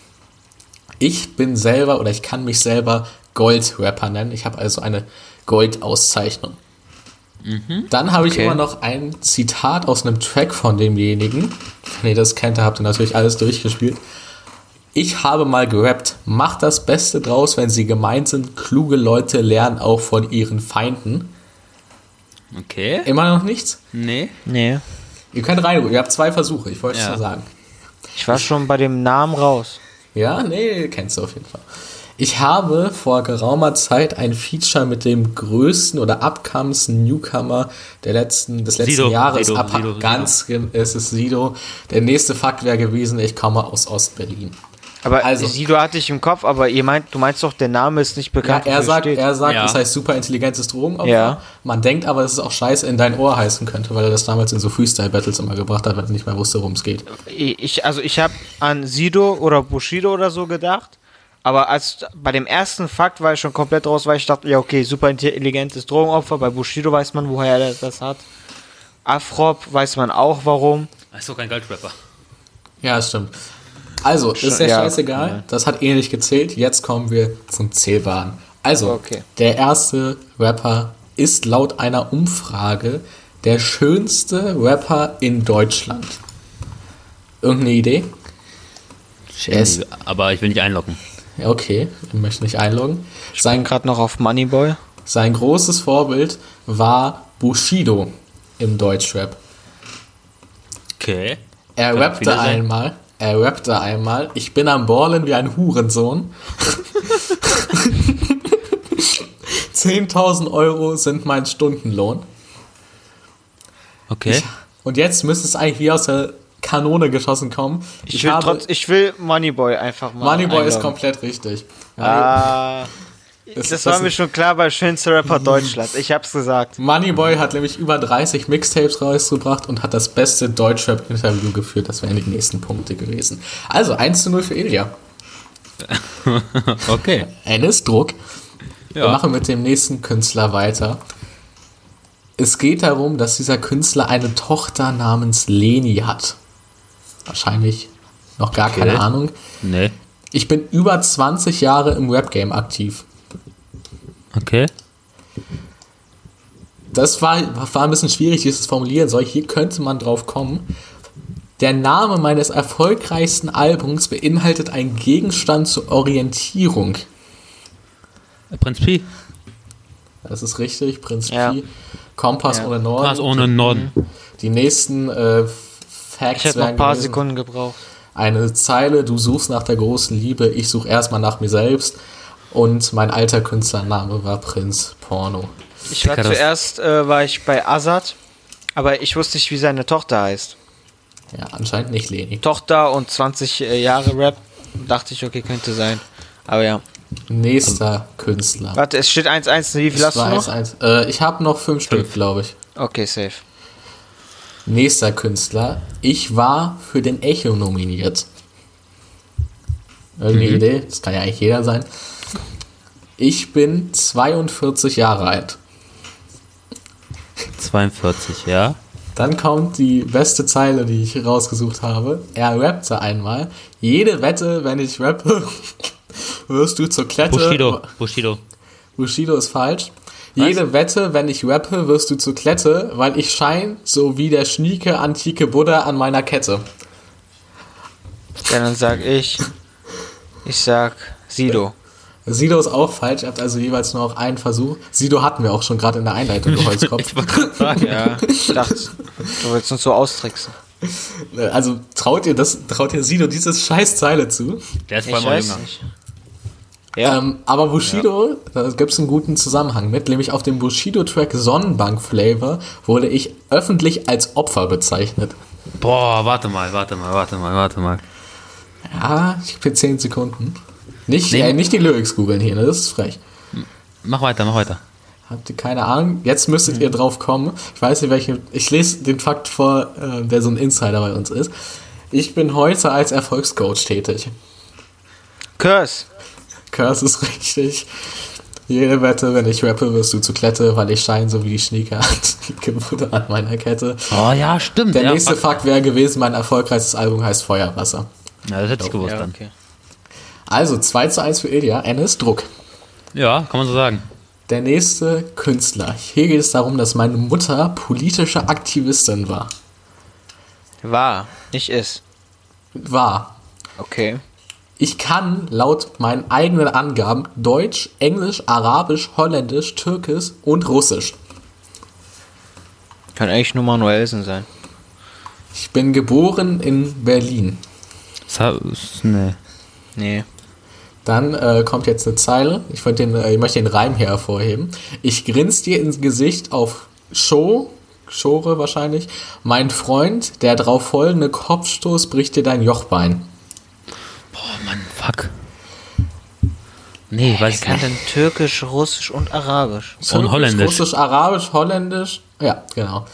Speaker 2: Ich bin selber oder ich kann mich selber Gold-Rapper nennen. Ich habe also eine Gold-Auszeichnung. Dann habe ich
Speaker 1: Okay.
Speaker 2: immer noch ein Zitat aus einem Track von demjenigen. Wenn ihr das kennt, habt ihr natürlich alles durchgespielt. Ich habe mal gerappt. Macht das Beste draus, wenn sie gemeint sind. Kluge Leute lernen auch von ihren Feinden.
Speaker 3: Okay.
Speaker 2: Immer noch nichts?
Speaker 3: Nee.
Speaker 1: Nee.
Speaker 2: Ihr könnt rein, ihr habt zwei Versuche, ich wollte es
Speaker 3: Ja.
Speaker 2: nur sagen.
Speaker 1: Ich war schon bei dem Namen raus.
Speaker 2: Ja, nee, kennst du auf jeden Fall. Ich habe vor geraumer Zeit ein Feature mit dem größten oder upcomsten Newcomer der letzten, des letzten
Speaker 3: Sido,
Speaker 2: Jahres
Speaker 3: Sido,
Speaker 2: ab.
Speaker 3: Sido,
Speaker 2: Ganz, ge- es ist Sido. Der nächste Fakt wäre gewesen, ich komme aus Ostberlin.
Speaker 1: Aber
Speaker 2: Also-
Speaker 1: Sido hatte ich im Kopf, aber ihr meint, du meinst doch, der Name ist nicht
Speaker 2: Ja,
Speaker 1: bekannt.
Speaker 2: er
Speaker 1: wofür
Speaker 2: sagt,
Speaker 1: steht.
Speaker 2: er sagt,
Speaker 3: Ja.
Speaker 2: das heißt super intelligentes Drogenopfer.
Speaker 1: Ja.
Speaker 2: Man denkt aber, dass es auch scheiße in dein Ohr heißen könnte, weil er das damals in so Freestyle-Battles immer gebracht hat, weil er nicht mehr wusste, worum es geht.
Speaker 1: Ich, also ich habe an Sido oder Bushido oder so gedacht, aber als bei dem ersten Fakt war ich schon komplett raus, weil ich dachte, ja okay, super intelligentes Drogenopfer, bei Bushido weiß man, woher er das hat. Afrop weiß man auch, warum.
Speaker 3: Ach so, kein Goldrapper.
Speaker 2: Ja, das stimmt. Also, ist ja
Speaker 1: ja.
Speaker 2: scheißegal.
Speaker 1: Ja.
Speaker 2: Das hat ähnlich gezählt. Jetzt kommen wir zum Zählbaren. Also,
Speaker 1: Okay.
Speaker 2: der erste Rapper ist laut einer Umfrage der schönste Rapper in Deutschland. Irgendeine Idee? Er ist-
Speaker 3: Aber ich will nicht einloggen.
Speaker 2: Ja, okay, ich möchte nicht einloggen.
Speaker 1: Ich bin
Speaker 2: Sein,
Speaker 1: gerade noch auf Moneyboy.
Speaker 2: sein großes Vorbild war Bushido im Deutschrap.
Speaker 3: Okay.
Speaker 2: Er
Speaker 3: Kann
Speaker 2: rappte
Speaker 3: viele sein.
Speaker 2: einmal, er rappte einmal, ich bin am Ballen wie ein Hurensohn. zehntausend Euro sind mein Stundenlohn.
Speaker 3: Okay.
Speaker 2: Und jetzt müsste es eigentlich wie aus der Kanone geschossen kommen.
Speaker 1: Ich, will, trotz, ich will Moneyboy einfach mal.
Speaker 2: Moneyboy ist
Speaker 1: einloggen.
Speaker 2: komplett richtig.
Speaker 1: Ah,
Speaker 2: Ist-
Speaker 1: das war
Speaker 2: das-
Speaker 1: mir schon klar bei schönster Rapper Deutschlands. Ich hab's gesagt.
Speaker 2: Moneyboy hat nämlich über dreißig Mixtapes rausgebracht und hat das beste Deutschrap-Interview geführt. Das wären die nächsten Punkte gewesen. Also eins zu null für Ilja.
Speaker 3: Okay.
Speaker 2: Eines Druck. Wir
Speaker 3: Ja.
Speaker 2: machen mit dem nächsten Künstler weiter. Es geht darum, dass dieser Künstler eine Tochter namens Leni hat. Wahrscheinlich noch gar
Speaker 3: Okay.
Speaker 2: keine Ahnung.
Speaker 3: Nee.
Speaker 2: Ich bin über zwanzig Jahre im Rap-Game aktiv.
Speaker 3: Okay.
Speaker 2: Das war, war ein bisschen schwierig, wie ich es formulieren soll. Hier könnte man drauf kommen. Der Name meines erfolgreichsten Albums beinhaltet einen Gegenstand zur Orientierung.
Speaker 3: Prinz Pi.
Speaker 2: Das ist richtig, Prinz
Speaker 1: Ja.
Speaker 2: Pi. Kompass
Speaker 1: Ja.
Speaker 2: ohne Norden.
Speaker 3: Pass ohne Norden.
Speaker 2: Die nächsten äh, Facts
Speaker 1: Ich hätte noch ein
Speaker 2: wären
Speaker 1: paar
Speaker 2: gewesen.
Speaker 1: Sekunden gebraucht.
Speaker 2: Eine Zeile, du suchst nach der großen Liebe, ich suche erstmal nach mir selbst. Und mein alter Künstlername war Prinz Porno.
Speaker 1: Ich war
Speaker 3: Dicker, das-
Speaker 1: zuerst äh, war ich bei Azad, aber ich wusste nicht, wie seine Tochter heißt.
Speaker 2: Ja, anscheinend nicht Leni.
Speaker 1: Tochter und zwanzig äh, Jahre Rap. Dachte ich, okay, könnte sein. Aber ja.
Speaker 2: Nächster Künstler.
Speaker 1: Warte, es steht eins eins. Wie viel
Speaker 2: Ich
Speaker 1: hast du
Speaker 2: weiß
Speaker 1: noch?
Speaker 2: eins. Äh, ich habe noch fünf Stück, glaube ich.
Speaker 1: Okay, safe.
Speaker 2: Nächster Künstler. Ich war für den Echo nominiert. Irgendeine
Speaker 1: Mhm.
Speaker 2: Idee? Das kann ja eigentlich jeder sein. Ich bin zweiundvierzig Jahre alt.
Speaker 3: zweiundvierzig, ja.
Speaker 2: Dann kommt die beste Zeile, die ich rausgesucht habe. Er rappte einmal. Jede Wette, wenn ich rappe, wirst du zur Klette.
Speaker 3: Bushido. Bushido.
Speaker 2: Bushido ist falsch. Jede Wette, wenn ich rappe, wirst du zur Klette, weil ich schein so wie der schnieke antike Buddha an meiner Kette.
Speaker 1: Ja, dann sag ich. Ich sag Sido.
Speaker 2: Sido ist auch falsch, ihr habt also jeweils nur noch einen Versuch. Sido hatten wir auch schon gerade in der Einleitung, du Holzkopf.
Speaker 3: Ich wollte gerade sagen.
Speaker 1: Ja, ich dachte, du willst uns so austricksen.
Speaker 2: Also traut ihr das, traut ihr Sido dieses scheiß Zeile zu?
Speaker 3: Der ist
Speaker 1: Ich
Speaker 3: vor allem auch
Speaker 1: weiß
Speaker 3: jünger.
Speaker 1: nicht. Ja.
Speaker 2: Ähm, aber Bushido, da gibt es einen guten Zusammenhang mit, nämlich auf dem Bushido-Track Sonnenbank Flavor wurde ich öffentlich als Opfer bezeichnet.
Speaker 3: Boah, warte mal, warte mal, warte mal, warte mal.
Speaker 2: Ja, ich gebe dir zehn Sekunden. Nicht,
Speaker 3: Nee.
Speaker 2: äh, nicht die Lyrics googeln hier, ne? Das ist frech.
Speaker 3: Mach weiter, mach weiter.
Speaker 2: Habt ihr keine Ahnung? Jetzt müsstet ihr drauf kommen. Ich weiß nicht, welche. Ich lese den Fakt vor, äh, der so ein Insider bei uns ist. Ich bin heute als Erfolgscoach tätig.
Speaker 1: Curse.
Speaker 2: Curse ist richtig. Jede Wette, wenn ich rappe, wirst du zu Klette, weil ich scheine so wie die Schnieker an, an meiner Kette.
Speaker 3: Oh ja, stimmt.
Speaker 2: Der
Speaker 3: ja,
Speaker 2: nächste
Speaker 3: fuck.
Speaker 2: Fakt wäre gewesen, mein erfolgreichstes Album heißt Feuerwasser.
Speaker 3: Ja, das hätte ich gewusst
Speaker 1: Ja,
Speaker 3: dann.
Speaker 1: okay.
Speaker 2: Also zwei zu eins für Ilja, Ennis, Druck.
Speaker 3: Ja, kann man so sagen.
Speaker 2: Der nächste Künstler. Hier geht es darum, dass meine Mutter politische Aktivistin war.
Speaker 1: War, nicht ist.
Speaker 2: War.
Speaker 1: Okay.
Speaker 2: Ich kann laut meinen eigenen Angaben Deutsch, Englisch, Arabisch, Holländisch, Türkisch und Russisch.
Speaker 1: Kann eigentlich nur Manuelsen sein.
Speaker 2: Ich bin geboren in Berlin.
Speaker 3: Nee.
Speaker 1: Nee.
Speaker 2: Dann äh, kommt jetzt eine Zeile. Ich, den, äh, ich möchte den Reim hier hervorheben. Ich grins dir ins Gesicht auf Show, Schore wahrscheinlich. Mein Freund, der drauf folgende Kopfstoß bricht dir dein Jochbein.
Speaker 3: Boah, Mann, fuck. Nee, weiß ich
Speaker 1: kann
Speaker 3: nicht.
Speaker 1: denn Türkisch, Russisch und Arabisch.
Speaker 3: Und Holländisch.
Speaker 2: Russisch, Arabisch, Holländisch. Ja, genau.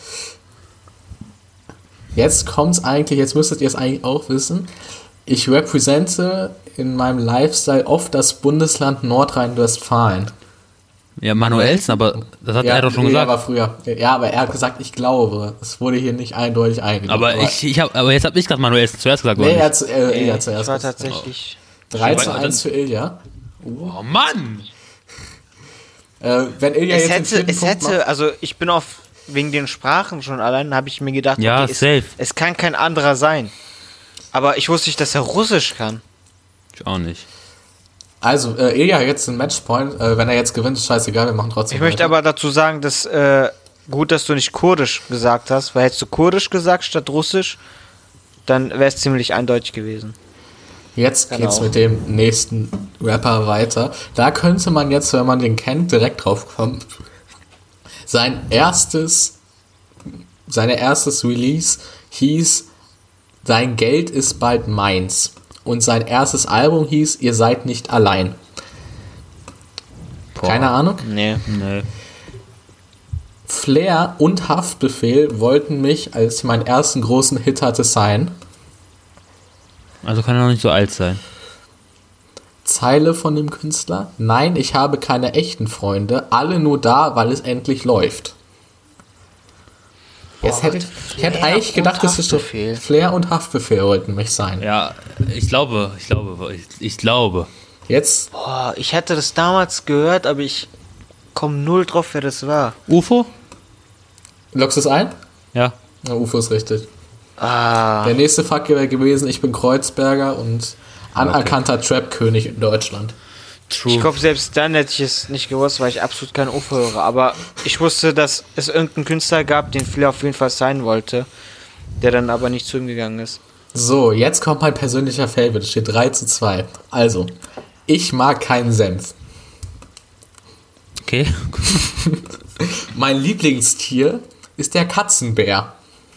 Speaker 2: Jetzt kommt's eigentlich, jetzt müsstet ihr es eigentlich auch wissen. Ich repräsente in meinem Lifestyle oft das Bundesland Nordrhein-Westfalen.
Speaker 3: Ja, Manuelsen, aber das hat
Speaker 2: Ja,
Speaker 3: er doch schon
Speaker 2: nee,
Speaker 3: gesagt.
Speaker 2: aber früher. Ja, aber er hat gesagt, ich glaube. Es wurde hier nicht eindeutig eingegangen.
Speaker 3: Aber, ich, ich hab, aber jetzt habe ich gerade Manuelsen zuerst gesagt,
Speaker 2: Nee,
Speaker 3: oder
Speaker 2: er
Speaker 3: nicht?
Speaker 2: hat äh,
Speaker 1: Nee,
Speaker 2: Ilja
Speaker 1: ich
Speaker 2: zuerst.
Speaker 1: war
Speaker 2: gesagt.
Speaker 1: tatsächlich...
Speaker 2: drei zu
Speaker 3: Aber dann-
Speaker 2: eins für Ilja.
Speaker 3: Oh Mann!
Speaker 2: Äh, wenn Ilja
Speaker 1: Es
Speaker 2: jetzt den
Speaker 1: hätte,
Speaker 2: vierten
Speaker 1: es
Speaker 2: Punkt
Speaker 1: hätte, also ich bin auf, wegen den Sprachen schon allein, habe ich mir gedacht,
Speaker 3: Ja,
Speaker 1: okay, es,
Speaker 3: safe.
Speaker 1: es kann kein anderer sein. Aber ich wusste nicht, dass er Russisch kann.
Speaker 3: Ich auch nicht.
Speaker 2: Also, äh, Ilja hat jetzt einen Matchpoint. Äh, wenn er jetzt gewinnt, ist scheißegal, wir machen trotzdem
Speaker 1: Ich möchte
Speaker 2: weiter.
Speaker 1: aber dazu sagen, dass äh, gut, dass du nicht Kurdisch gesagt hast, weil hättest du Kurdisch gesagt statt Russisch, dann wäre es ziemlich eindeutig gewesen.
Speaker 2: Jetzt
Speaker 1: Genau.
Speaker 2: geht's mit dem nächsten Rapper weiter. Da könnte man jetzt, wenn man den kennt, direkt drauf kommen. Sein erstes, seine erstes Release hieß Dein Geld ist bald meins. Und sein erstes Album hieß Ihr seid nicht allein.
Speaker 3: Boah.
Speaker 2: Keine Ahnung.
Speaker 1: Nee.
Speaker 3: Nee.
Speaker 2: Flair und Haftbefehl wollten mich, als ich meinen ersten großen Hit hatte, sein.
Speaker 3: Also kann er noch nicht so alt sein.
Speaker 2: Zeile von dem Künstler. Nein, ich habe keine echten Freunde. Alle nur da, weil es endlich läuft. Jetzt hätte, ich hätte
Speaker 1: Flair
Speaker 2: eigentlich gedacht,
Speaker 1: und
Speaker 2: dass es so
Speaker 1: Haftbefehl.
Speaker 2: Flair und Haftbefehl wollten mich sein.
Speaker 3: Ja, ich glaube, ich glaube, ich, ich glaube.
Speaker 2: Jetzt,
Speaker 1: Boah, ich hatte das damals gehört, aber ich komme null drauf, wer das war.
Speaker 3: U F O?
Speaker 2: lockst du es ein?
Speaker 3: Ja.
Speaker 2: Ja, U F O ist richtig.
Speaker 1: Ah,
Speaker 2: Der nächste Fakt wäre gewesen, ich bin Kreuzberger und anerkannter Trap-König in Deutschland.
Speaker 3: True.
Speaker 1: ich glaube, selbst dann hätte ich es nicht gewusst, weil ich absolut kein U F O höre. Aber ich wusste, dass es irgendeinen Künstler gab, den Flair auf jeden Fall sein wollte, der dann aber nicht zu ihm gegangen ist.
Speaker 2: So, jetzt kommt mein persönlicher Favorite. Es steht drei zu zwei. Also, ich mag keinen Senf.
Speaker 3: Okay.
Speaker 2: Mein Lieblingstier ist der Katzenbär.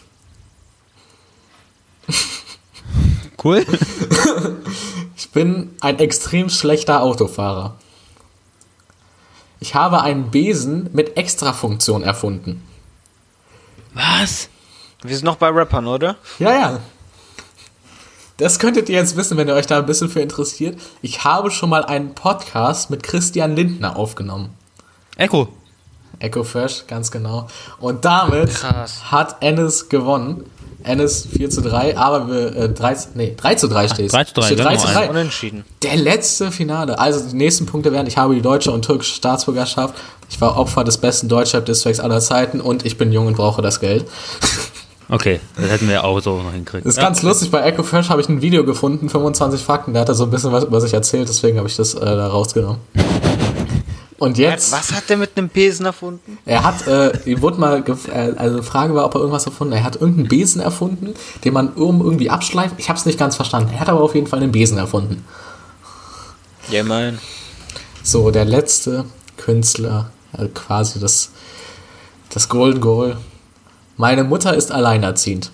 Speaker 3: Cool.
Speaker 2: Ich bin ein extrem schlechter Autofahrer. Ich habe einen Besen mit Extrafunktion erfunden.
Speaker 3: Was?
Speaker 1: Wir sind noch bei Rappern, oder?
Speaker 2: Ja, ja. Das könntet ihr jetzt wissen, wenn ihr euch da ein bisschen für interessiert. Ich habe schon mal einen Podcast mit Christian Lindner aufgenommen.
Speaker 3: Echo.
Speaker 2: Echo Fresh, ganz genau. Und damit
Speaker 1: Krass.
Speaker 2: hat Ennis gewonnen. Ennis vier zu drei, aber wir, äh, drei, nee, drei zu drei steht.
Speaker 3: drei zu drei,
Speaker 2: Steht drei
Speaker 3: genau,
Speaker 2: zu
Speaker 3: ein
Speaker 2: drei.
Speaker 1: Unentschieden.
Speaker 2: Der letzte Finale. Also die nächsten Punkte wären, ich habe die deutsche und türkische Staatsbürgerschaft. Ich war Opfer des besten Deutschrap-Distracks aller Zeiten und ich bin jung und brauche das Geld.
Speaker 3: Okay, das hätten wir auch so noch hinkriegen.
Speaker 2: Das ist
Speaker 3: Ja.
Speaker 2: ganz lustig, bei Echo Fresh habe ich ein Video gefunden, fünfundzwanzig Fakten, da hat er so ein bisschen was über sich erzählt, deswegen habe ich das äh, da rausgenommen. Und jetzt,
Speaker 1: Was hat der mit einem Besen erfunden?
Speaker 2: er hat, äh, ihm wurde mal, gef- äh, also die Frage war, ob er irgendwas erfunden hat. Er hat irgendeinen Besen erfunden, den man um irgendwie abschleift. Ich habe es nicht ganz verstanden. Er hat aber auf jeden Fall einen Besen erfunden.
Speaker 1: Ja, immerhin.
Speaker 2: So, der letzte Künstler, also quasi das, das Golden Goal. Meine Mutter ist alleinerziehend.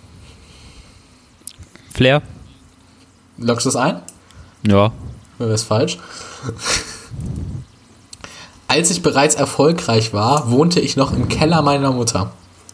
Speaker 3: Flair?
Speaker 2: Lockst du das ein?
Speaker 3: Ja.
Speaker 2: Wäre es falsch? Als ich bereits erfolgreich war, wohnte ich noch im Keller meiner Mutter.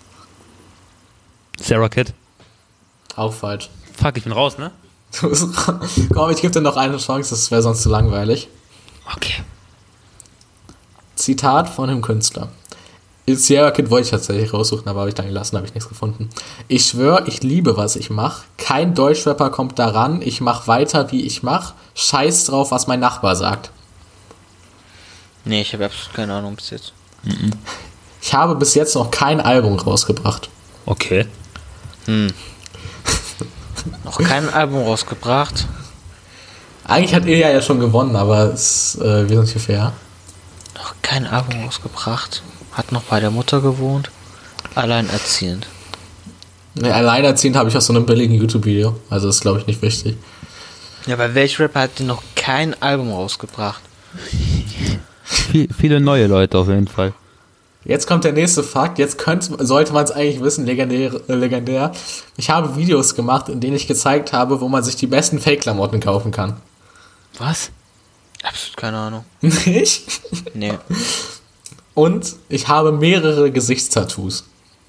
Speaker 3: Sarah Kid?
Speaker 2: Auch falsch.
Speaker 3: Fuck, ich bin raus, ne?
Speaker 2: Komm, ich gebe dir noch eine Chance, das wäre sonst zu langweilig.
Speaker 3: Okay.
Speaker 2: Zitat von dem Künstler. Sierra Kid wollte ich tatsächlich raussuchen, aber habe ich dann gelassen, habe ich nichts gefunden. Ich schwöre, ich liebe, was ich mache. Kein Deutschrapper kommt daran. Ich mache weiter, wie ich mache. Scheiß drauf, was mein Nachbar sagt.
Speaker 1: Nee, ich habe absolut keine Ahnung bis jetzt.
Speaker 2: Ich habe bis jetzt noch kein Album rausgebracht.
Speaker 3: Okay.
Speaker 1: Hm. Noch kein Album rausgebracht.
Speaker 2: Eigentlich hat Ilja ja schon gewonnen, aber es, äh, wir sind hier fair.
Speaker 1: Noch kein Album rausgebracht. Hat noch bei der Mutter gewohnt. Alleinerziehend.
Speaker 2: Nee, alleinerziehend habe ich aus so einem billigen YouTube-Video. Also das ist, glaube ich, nicht wichtig.
Speaker 1: Ja, aber welcher Rapper hat denn noch kein Album rausgebracht?
Speaker 3: Viel, viele neue Leute auf jeden Fall.
Speaker 2: Jetzt kommt der nächste Fakt. Jetzt könnte, sollte man es eigentlich wissen, legendär, äh, legendär. Ich habe Videos gemacht, in denen ich gezeigt habe, wo man sich die besten Fake-Klamotten kaufen kann.
Speaker 3: Was?
Speaker 1: Absolut keine Ahnung.
Speaker 2: Nicht?
Speaker 1: Nee.
Speaker 2: Und ich habe mehrere Gesichtstattoos.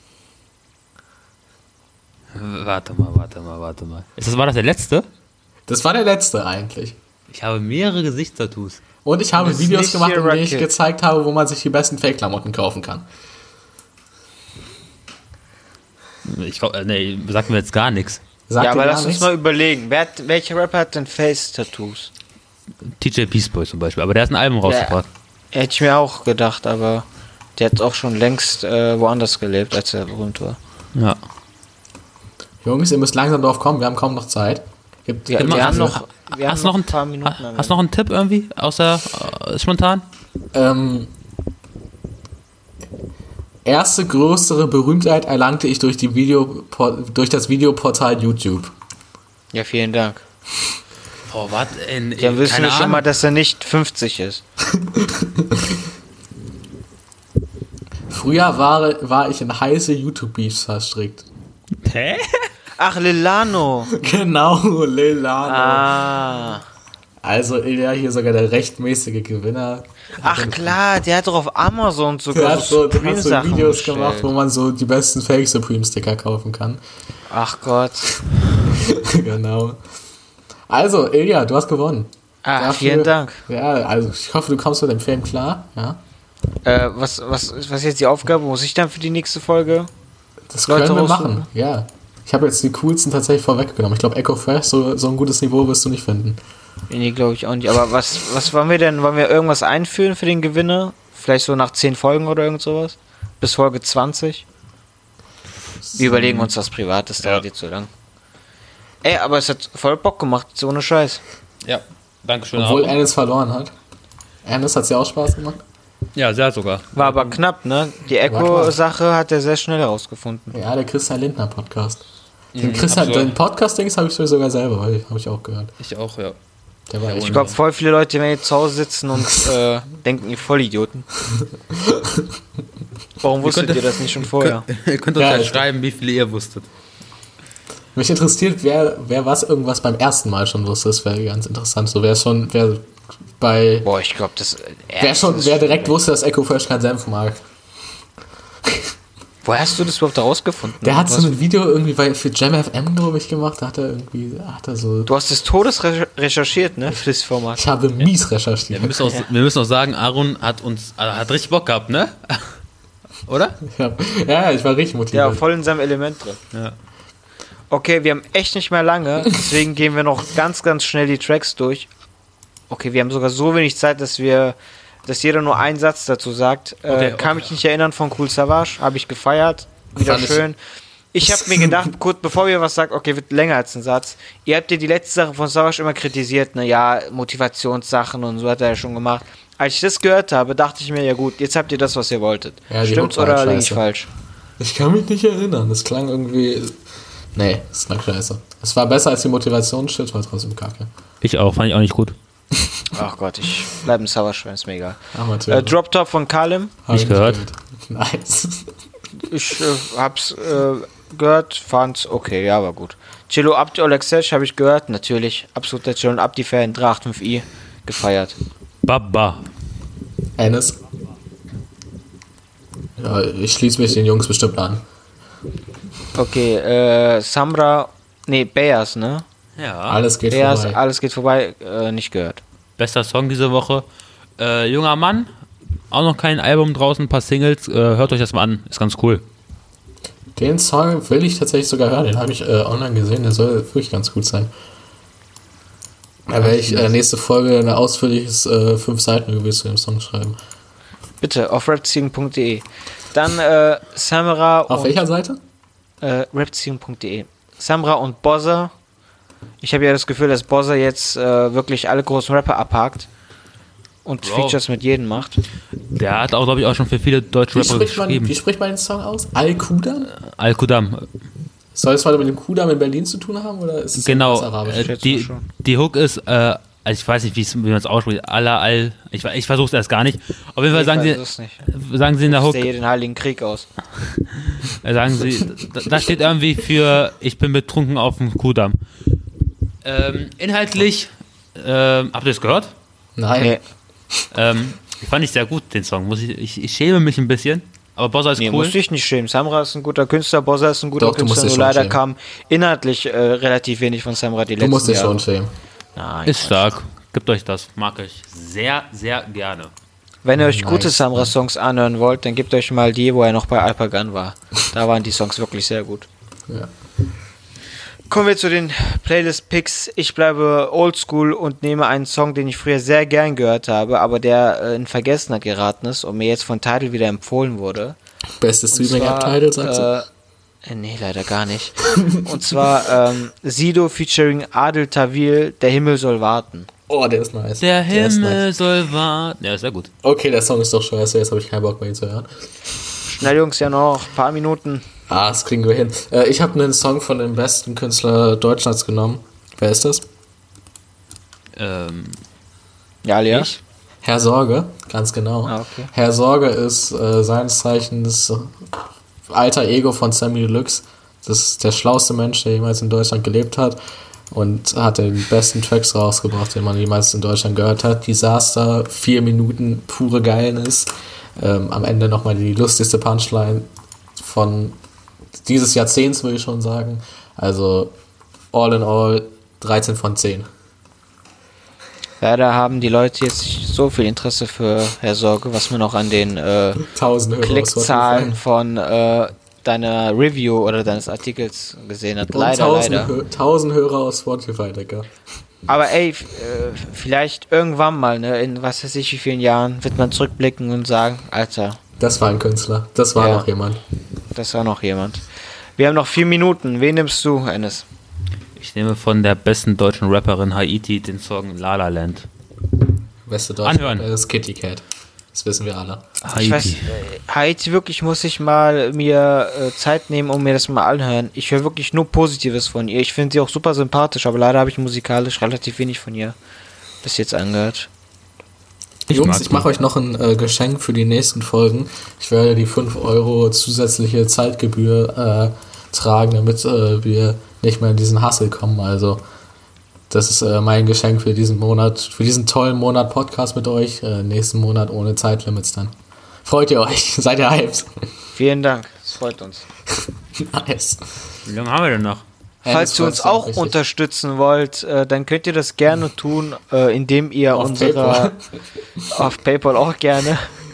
Speaker 3: Warte mal, warte mal, warte mal. Ist das, war das der letzte?
Speaker 2: Das war der letzte eigentlich.
Speaker 3: Ich habe mehrere Gesichtstattoos.
Speaker 2: Und ich habe
Speaker 1: Das ist
Speaker 2: Videos
Speaker 1: nicht
Speaker 2: gemacht, in
Speaker 1: Sierra
Speaker 2: denen ich
Speaker 1: Kid.
Speaker 2: gezeigt habe, wo man sich die besten Fake-Klamotten kaufen kann.
Speaker 3: Ich glaub, äh, nee, sagt mir jetzt gar nichts.
Speaker 2: Sagt
Speaker 1: ja,
Speaker 2: ihr
Speaker 1: aber
Speaker 2: gar
Speaker 1: lass uns
Speaker 2: nichts?
Speaker 1: mal überlegen. Wer hat, welcher Rapper hat denn Face-Tattoos?
Speaker 3: T J Beast Boy zum Beispiel, aber der hat ein Album rausgebracht.
Speaker 1: Hätte ich mir auch gedacht, aber der hat auch schon längst äh, woanders gelebt, als er berühmt war.
Speaker 3: Ja.
Speaker 2: Jungs, ihr müsst langsam drauf kommen, wir haben kaum noch Zeit. Gibt,
Speaker 1: Ja,
Speaker 2: gibt
Speaker 1: wir
Speaker 2: noch-
Speaker 1: haben noch, wir haben
Speaker 3: Hast du noch
Speaker 1: noch
Speaker 3: ein
Speaker 1: ein paar Minuten. am
Speaker 3: Hast du noch einen Tipp irgendwie, außer äh, spontan?
Speaker 2: Ähm, erste größere Berühmtheit erlangte ich durch, die Video, durch das Videoportal YouTube.
Speaker 1: Ende. Ja, vielen Dank.
Speaker 3: Boah, warte, in,
Speaker 1: Dann wissen wir schon mal, dass er nicht fünfzig ist.
Speaker 2: Früher war, war ich in heiße YouTube-Beefs verstrickt.
Speaker 3: Hä?
Speaker 1: Ach, Lilano.
Speaker 2: Genau, Lilano.
Speaker 1: Ah.
Speaker 2: Also, ja, hier sogar der rechtmäßige Gewinner.
Speaker 1: Ach klar, der hat doch auf Amazon
Speaker 2: Der
Speaker 1: sogar
Speaker 2: hat so, der hat so
Speaker 1: Supreme-Sachen
Speaker 2: Videos
Speaker 1: bestellt.
Speaker 2: gemacht, wo man so die besten Fake Supreme-Sticker kaufen kann.
Speaker 1: Ach Gott.
Speaker 2: Genau. Also, Ilja, du hast gewonnen.
Speaker 1: Ah,
Speaker 2: Dafür-
Speaker 1: vielen Dank.
Speaker 2: Ja, also ich hoffe, du kommst mit dem Film klar. Ja.
Speaker 1: Äh, was, was, was ist jetzt die Aufgabe? Muss ich dann für die nächste Folge?
Speaker 2: Das
Speaker 1: Leute
Speaker 2: können wir
Speaker 1: raussuchen.
Speaker 2: machen, ja. Ich habe jetzt die coolsten tatsächlich vorweggenommen. Ich glaube, Echo Fresh, so, so ein gutes Niveau wirst du nicht finden.
Speaker 1: Nee, glaube ich auch nicht. Aber was, was wollen wir denn? Wollen wir irgendwas einführen für den Gewinner? Vielleicht so nach zehn Folgen oder irgend sowas? Bis Folge zwanzig? Wir überlegen uns das privat, das dauert jetzt so lang. Ey, aber es hat voll Bock gemacht, so ohne Scheiß.
Speaker 3: Ja, danke schön.
Speaker 2: Obwohl
Speaker 3: auch.
Speaker 2: Ennis verloren hat. Ennis hat es ja auch Spaß gemacht.
Speaker 3: Ja, sehr sogar.
Speaker 1: War aber knapp, ne? Die
Speaker 2: War
Speaker 1: Echo-Sache hat er sehr schnell herausgefunden.
Speaker 2: Ja, der Christian Lindner Podcast. Den,
Speaker 3: Mhm,
Speaker 2: Christian,
Speaker 3: absolut.
Speaker 2: den Podcast-Dings habe ich sogar selber, habe ich auch gehört.
Speaker 3: Ich auch, ja.
Speaker 2: Der war echt
Speaker 1: Ich glaube, voll viele Leute werden jetzt zu Hause sitzen und äh, denken, ihr Vollidioten. Warum wusstet
Speaker 3: könnt-
Speaker 1: ihr das nicht schon vorher?
Speaker 3: Ihr könnt uns
Speaker 2: Ja,
Speaker 3: ja,
Speaker 2: das-
Speaker 3: schreiben, wie viele ihr wusstet.
Speaker 2: Mich interessiert, wer, wer was irgendwas beim ersten Mal schon wusste. Das wäre ganz interessant. So, wer schon, wer bei.
Speaker 1: Boah, ich glaube, das.
Speaker 2: Wer schon, wer direkt wusste, dass Echo Fresh kein Senf mag.
Speaker 1: Woher hast du das überhaupt herausgefunden?
Speaker 2: Der hat
Speaker 1: Was-
Speaker 2: so ein Video irgendwie bei, für Jam F M, glaube ich, gemacht. Da hat er irgendwie, hat er so.
Speaker 1: Du hast des Todes re recherchiert, ne? Für das Format.
Speaker 2: Ich habe mies
Speaker 3: Ja,
Speaker 2: recherchiert.
Speaker 3: wir, müssen auch, wir müssen auch sagen, Aaron hat uns also hat richtig Bock gehabt, ne? Oder?
Speaker 2: Ja, ja, ich war richtig
Speaker 1: Ja,
Speaker 2: motiviert.
Speaker 1: voll in seinem Element drin.
Speaker 3: Ja.
Speaker 1: Okay, wir haben echt nicht mehr lange, deswegen gehen wir noch ganz, ganz schnell die Tracks durch. Okay, wir haben sogar so wenig Zeit, dass wir, dass jeder nur einen Satz dazu sagt. Äh,
Speaker 3: Okay,
Speaker 1: kann
Speaker 3: okay.
Speaker 1: mich nicht erinnern von Cool Savage, habe ich gefeiert, wieder
Speaker 2: Fand ich-
Speaker 1: schön. Ich habe mir gedacht, kurz bevor ihr was sagt, okay, wird länger als ein Satz. Ihr habt ja die letzte Sache von Savage immer kritisiert, ne, ja, Motivationssachen und so hat er ja schon gemacht. Als ich das gehört habe, dachte ich mir, ja gut, jetzt habt ihr das, was ihr wolltet.
Speaker 2: Ja, die
Speaker 1: Stimmt's
Speaker 2: Hook war
Speaker 1: oder
Speaker 2: halt
Speaker 1: liege ich
Speaker 2: scheiße.
Speaker 1: falsch?
Speaker 2: Ich kann mich nicht erinnern. Das klang irgendwie. Nee, das klang scheiße. Es war besser als die Motivationsshit, war trotzdem kacke.
Speaker 3: Ich auch, fand ich auch nicht gut.
Speaker 1: Ach Gott, ich bleibe ein Savage-Fan, ist mir egal.
Speaker 2: Amateur.
Speaker 1: Äh, Drop Top von Kalim.
Speaker 2: Hab
Speaker 3: nicht
Speaker 2: ich
Speaker 3: gehört.
Speaker 2: Nice.
Speaker 1: Ich äh, hab's äh, gehört, fand's okay, ja, war gut. Cello Abdi Olexesh habe ich gehört, natürlich. Absoluter Cello Abdi-Fan, drei acht fünf i, gefeiert.
Speaker 3: Baba.
Speaker 2: Ennis. Ja, ich schließe mich den Jungs bestimmt an.
Speaker 1: Okay, äh, Samra, nee, Beas, ne?
Speaker 3: Ja.
Speaker 2: Alles geht
Speaker 1: Beas,
Speaker 2: vorbei.
Speaker 1: alles geht vorbei, äh, nicht gehört.
Speaker 3: Bester Song diese Woche. Äh, junger Mann. Auch noch kein Album draußen, ein paar Singles. Äh, hört euch das mal an. Ist ganz cool.
Speaker 2: Den Song will ich tatsächlich sogar hören. Den habe ich äh, online gesehen. Der soll wirklich ganz gut sein. Da werde ich äh, nächste Folge ein ausführliches äh, fünf Seiten Review zu dem Song schreiben.
Speaker 1: Bitte, auf rapziehen punkt de. Dann äh, Samra
Speaker 2: Auf
Speaker 1: und,
Speaker 2: welcher Seite?
Speaker 1: Äh, rapziehen punkt de. Samra und Bozza. Ich habe ja das Gefühl, dass Bozza jetzt äh, wirklich alle großen Rapper abhakt und
Speaker 3: Bro.
Speaker 1: Features mit jedem macht.
Speaker 3: Der hat auch, glaube ich, auch schon für viele deutsche
Speaker 2: Wie
Speaker 3: Rapper
Speaker 2: spricht, man,
Speaker 3: geschrieben.
Speaker 2: wie spricht man den Song aus? Al-Qudam?
Speaker 3: Al-Qudam.
Speaker 2: Soll es was mit dem Qudam in Berlin zu tun haben oder ist es
Speaker 3: Genau.
Speaker 2: irgendwas Arabisches?
Speaker 3: Äh,
Speaker 1: schätze mal
Speaker 3: die,
Speaker 1: schon.
Speaker 3: die Hook ist, äh, also ich weiß nicht, wie's- wie man es ausspricht. Allah al. Ich, ich versuche es erst gar nicht. Auf jeden Fall
Speaker 1: Ich
Speaker 3: sagen
Speaker 1: weiß
Speaker 3: sie,
Speaker 1: es nicht.
Speaker 3: sagen sie in der Hook,
Speaker 1: Der hier den Heiligen Krieg aus.
Speaker 3: äh, sagen sie, da, da steht irgendwie für, ich bin betrunken auf dem Kudamm. Ähm, inhaltlich, ähm, habt ihr es gehört?
Speaker 2: Nein.
Speaker 1: Nee,
Speaker 3: Ähm, fand ich sehr gut, den Song. Muss ich, ich, ich schäme mich ein bisschen, aber Bozza ist
Speaker 1: nee
Speaker 3: cool.
Speaker 1: musst dich nicht schämen. Samra ist ein guter Künstler, Bozza ist ein guter
Speaker 2: Doch, du musst
Speaker 1: Künstler.
Speaker 2: dich
Speaker 1: Nur
Speaker 2: schon
Speaker 1: leider
Speaker 2: schämen.
Speaker 1: kam inhaltlich äh, relativ wenig von Samra die
Speaker 2: Du
Speaker 1: letzten
Speaker 2: musst dich
Speaker 1: Jahre.
Speaker 2: schon schämen.
Speaker 1: Nein,
Speaker 3: Ist stark. Gebt euch das. Mag ich sehr, sehr gerne.
Speaker 1: Wenn ihr euch
Speaker 2: Nice.
Speaker 1: gute Samra-Songs anhören wollt, dann gebt euch mal die, wo er noch bei Alpagan war. Da waren die Songs wirklich sehr gut.
Speaker 2: Ja.
Speaker 1: Kommen wir zu den Playlist-Picks. Ich bleibe oldschool und nehme einen Song, den ich früher sehr gern gehört habe, aber der äh, in Vergessenheit geraten ist und mir jetzt von Tidal wieder empfohlen wurde.
Speaker 2: Bestes
Speaker 1: Und
Speaker 2: Streaming-App-Title,
Speaker 1: zwar,
Speaker 2: sagst du?
Speaker 1: äh, Nee, leider gar nicht. Und zwar ähm, Sido featuring Adel Tawil, Der Himmel soll warten.
Speaker 2: Oh, der ist nice.
Speaker 3: Der
Speaker 2: ist
Speaker 3: Himmel
Speaker 2: nice.
Speaker 3: soll warten. Ja, ist sehr gut.
Speaker 2: Okay, der Song ist doch scheiße, jetzt habe ich keinen Bock mehr ihn zu hören.
Speaker 1: Schnell, Jungs, ja noch ein paar Minuten.
Speaker 2: Ah, das kriegen wir hin. Äh, ich habe einen Song von dem besten Künstler Deutschlands genommen. Wer ist das?
Speaker 3: Ähm,
Speaker 1: Ja, Alias?
Speaker 3: ich?
Speaker 2: Herr Sorge, ganz genau.
Speaker 1: Ah, okay.
Speaker 2: Herr Sorge ist äh, seines Zeichens alter Ego von Sammy Deluxe. Das ist der schlauste Mensch, der jemals in Deutschland gelebt hat und hat den besten Tracks rausgebracht, den man jemals in Deutschland gehört hat. Disaster, vier Minuten pure Geilnis. Ähm, am Ende nochmal die lustigste Punchline von dieses Jahrzehnts, würde ich schon sagen. Also all in all dreizehn von zehn.
Speaker 1: Leider haben die Leute jetzt nicht so viel Interesse für Herr Sorge, was man auch an den äh,
Speaker 2: Tausend Hörer aus
Speaker 1: Klickzahlen
Speaker 2: Spotify.
Speaker 1: von äh, deiner Review oder deines Artikels gesehen hat.
Speaker 2: Und
Speaker 1: Leider,
Speaker 2: tausend,
Speaker 1: leider.
Speaker 2: Hö- tausend Hörer aus Spotify, Digga.
Speaker 1: Aber ey, f- äh, vielleicht irgendwann mal, ne, in was weiß ich wie vielen Jahren, wird man zurückblicken und sagen, Alter,
Speaker 2: Das war ein Künstler. Das war
Speaker 1: Ja.
Speaker 2: noch jemand.
Speaker 1: das war noch jemand. Wir haben noch vier Minuten. Wen nimmst du, Enes?
Speaker 3: Ich nehme von der besten deutschen Rapperin Haiti den Song La La Land.
Speaker 2: Beste Deutsche
Speaker 3: Anhören.
Speaker 2: ist Kitty Cat. Das wissen wir alle.
Speaker 1: Ich weiß,
Speaker 3: Haiti.
Speaker 1: äh, Haiti wirklich muss ich mal mir äh, Zeit nehmen, um mir das mal anhören. Ich höre wirklich nur Positives von ihr. Ich finde sie auch super sympathisch, aber leider habe ich musikalisch relativ wenig von ihr bis jetzt angehört.
Speaker 3: Ich
Speaker 2: Jungs,
Speaker 3: mag
Speaker 2: ich mache euch noch ein äh, Geschenk für die nächsten Folgen. Ich werde die fünf Euro zusätzliche Zeitgebühr äh, tragen, damit äh, wir nicht mehr in diesen Hassel kommen. Also, das ist äh, mein Geschenk für diesen Monat, für diesen tollen Monat Podcast mit euch. Äh, nächsten Monat ohne Zeitlimits dann. Freut ihr euch? Seid ihr hyped?
Speaker 1: Vielen Dank, das freut uns.
Speaker 2: Nice.
Speaker 3: Wie lange haben wir denn noch?
Speaker 1: Falls ihr uns auch
Speaker 2: Richtig.
Speaker 1: unterstützen wollt, äh, dann könnt ihr das gerne tun, äh, indem ihr
Speaker 2: Auf
Speaker 1: unsere
Speaker 2: PayPal.
Speaker 1: auf PayPal auch gerne.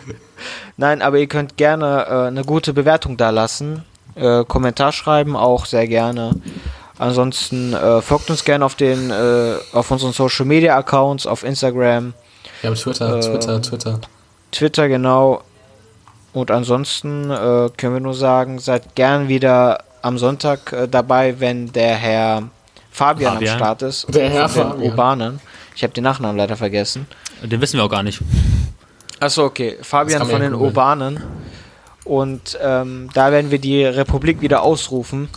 Speaker 1: Nein, aber ihr könnt gerne äh, eine gute Bewertung da lassen, äh, Kommentar schreiben auch sehr gerne. Ansonsten äh, folgt uns gerne auf den äh, auf unseren Social Media Accounts, auf Instagram,
Speaker 2: Wir haben Twitter,
Speaker 1: Äh,
Speaker 2: Twitter, Twitter.
Speaker 1: Twitter genau. Und ansonsten äh, können wir nur sagen, seid gern wieder am Sonntag äh, dabei, wenn der Herr Fabian,
Speaker 3: Fabian.
Speaker 1: am Start ist.
Speaker 2: Der Herr
Speaker 1: von den
Speaker 2: Fabian.
Speaker 1: Urbanen. Ich habe den Nachnamen leider vergessen.
Speaker 3: Den wissen wir auch gar nicht.
Speaker 1: Achso, okay. Fabian
Speaker 2: kann man
Speaker 1: von
Speaker 2: ja
Speaker 1: den
Speaker 2: googeln.
Speaker 1: Urbanen. Und ähm, da werden wir die Republik wieder ausrufen.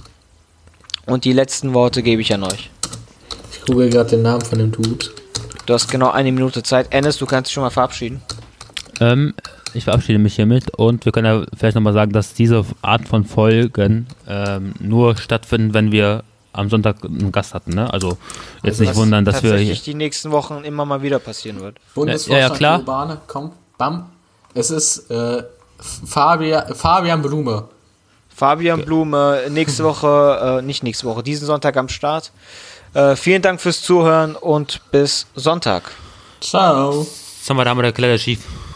Speaker 1: Und die letzten Worte gebe ich an euch.
Speaker 2: Ich google gerade den Namen von dem Dude.
Speaker 1: Du hast genau eine Minute Zeit. Ennis, du kannst dich schon mal verabschieden.
Speaker 3: Ähm, ich verabschiede mich hiermit und wir können ja vielleicht nochmal sagen, dass diese Art von Folgen ähm, nur stattfinden, wenn wir am Sonntag einen Gast hatten. Ne? Also jetzt
Speaker 2: Also
Speaker 3: nicht
Speaker 1: Was
Speaker 3: wundern, dass wir hier.
Speaker 1: tatsächlich die nächsten Wochen immer mal wieder passieren wird.
Speaker 2: Bundesvorstand
Speaker 3: Ja, ja, klar.
Speaker 2: für Urbane, komm, bam. Es ist äh, Fabian, Fabian Blume.
Speaker 1: Fabian Blume, nächste Woche, äh, nicht nächste Woche, diesen Sonntag am Start. Äh, vielen Dank fürs Zuhören und bis Sonntag.
Speaker 2: Ciao.
Speaker 3: Jetzt haben wir da mal der Kleider schief.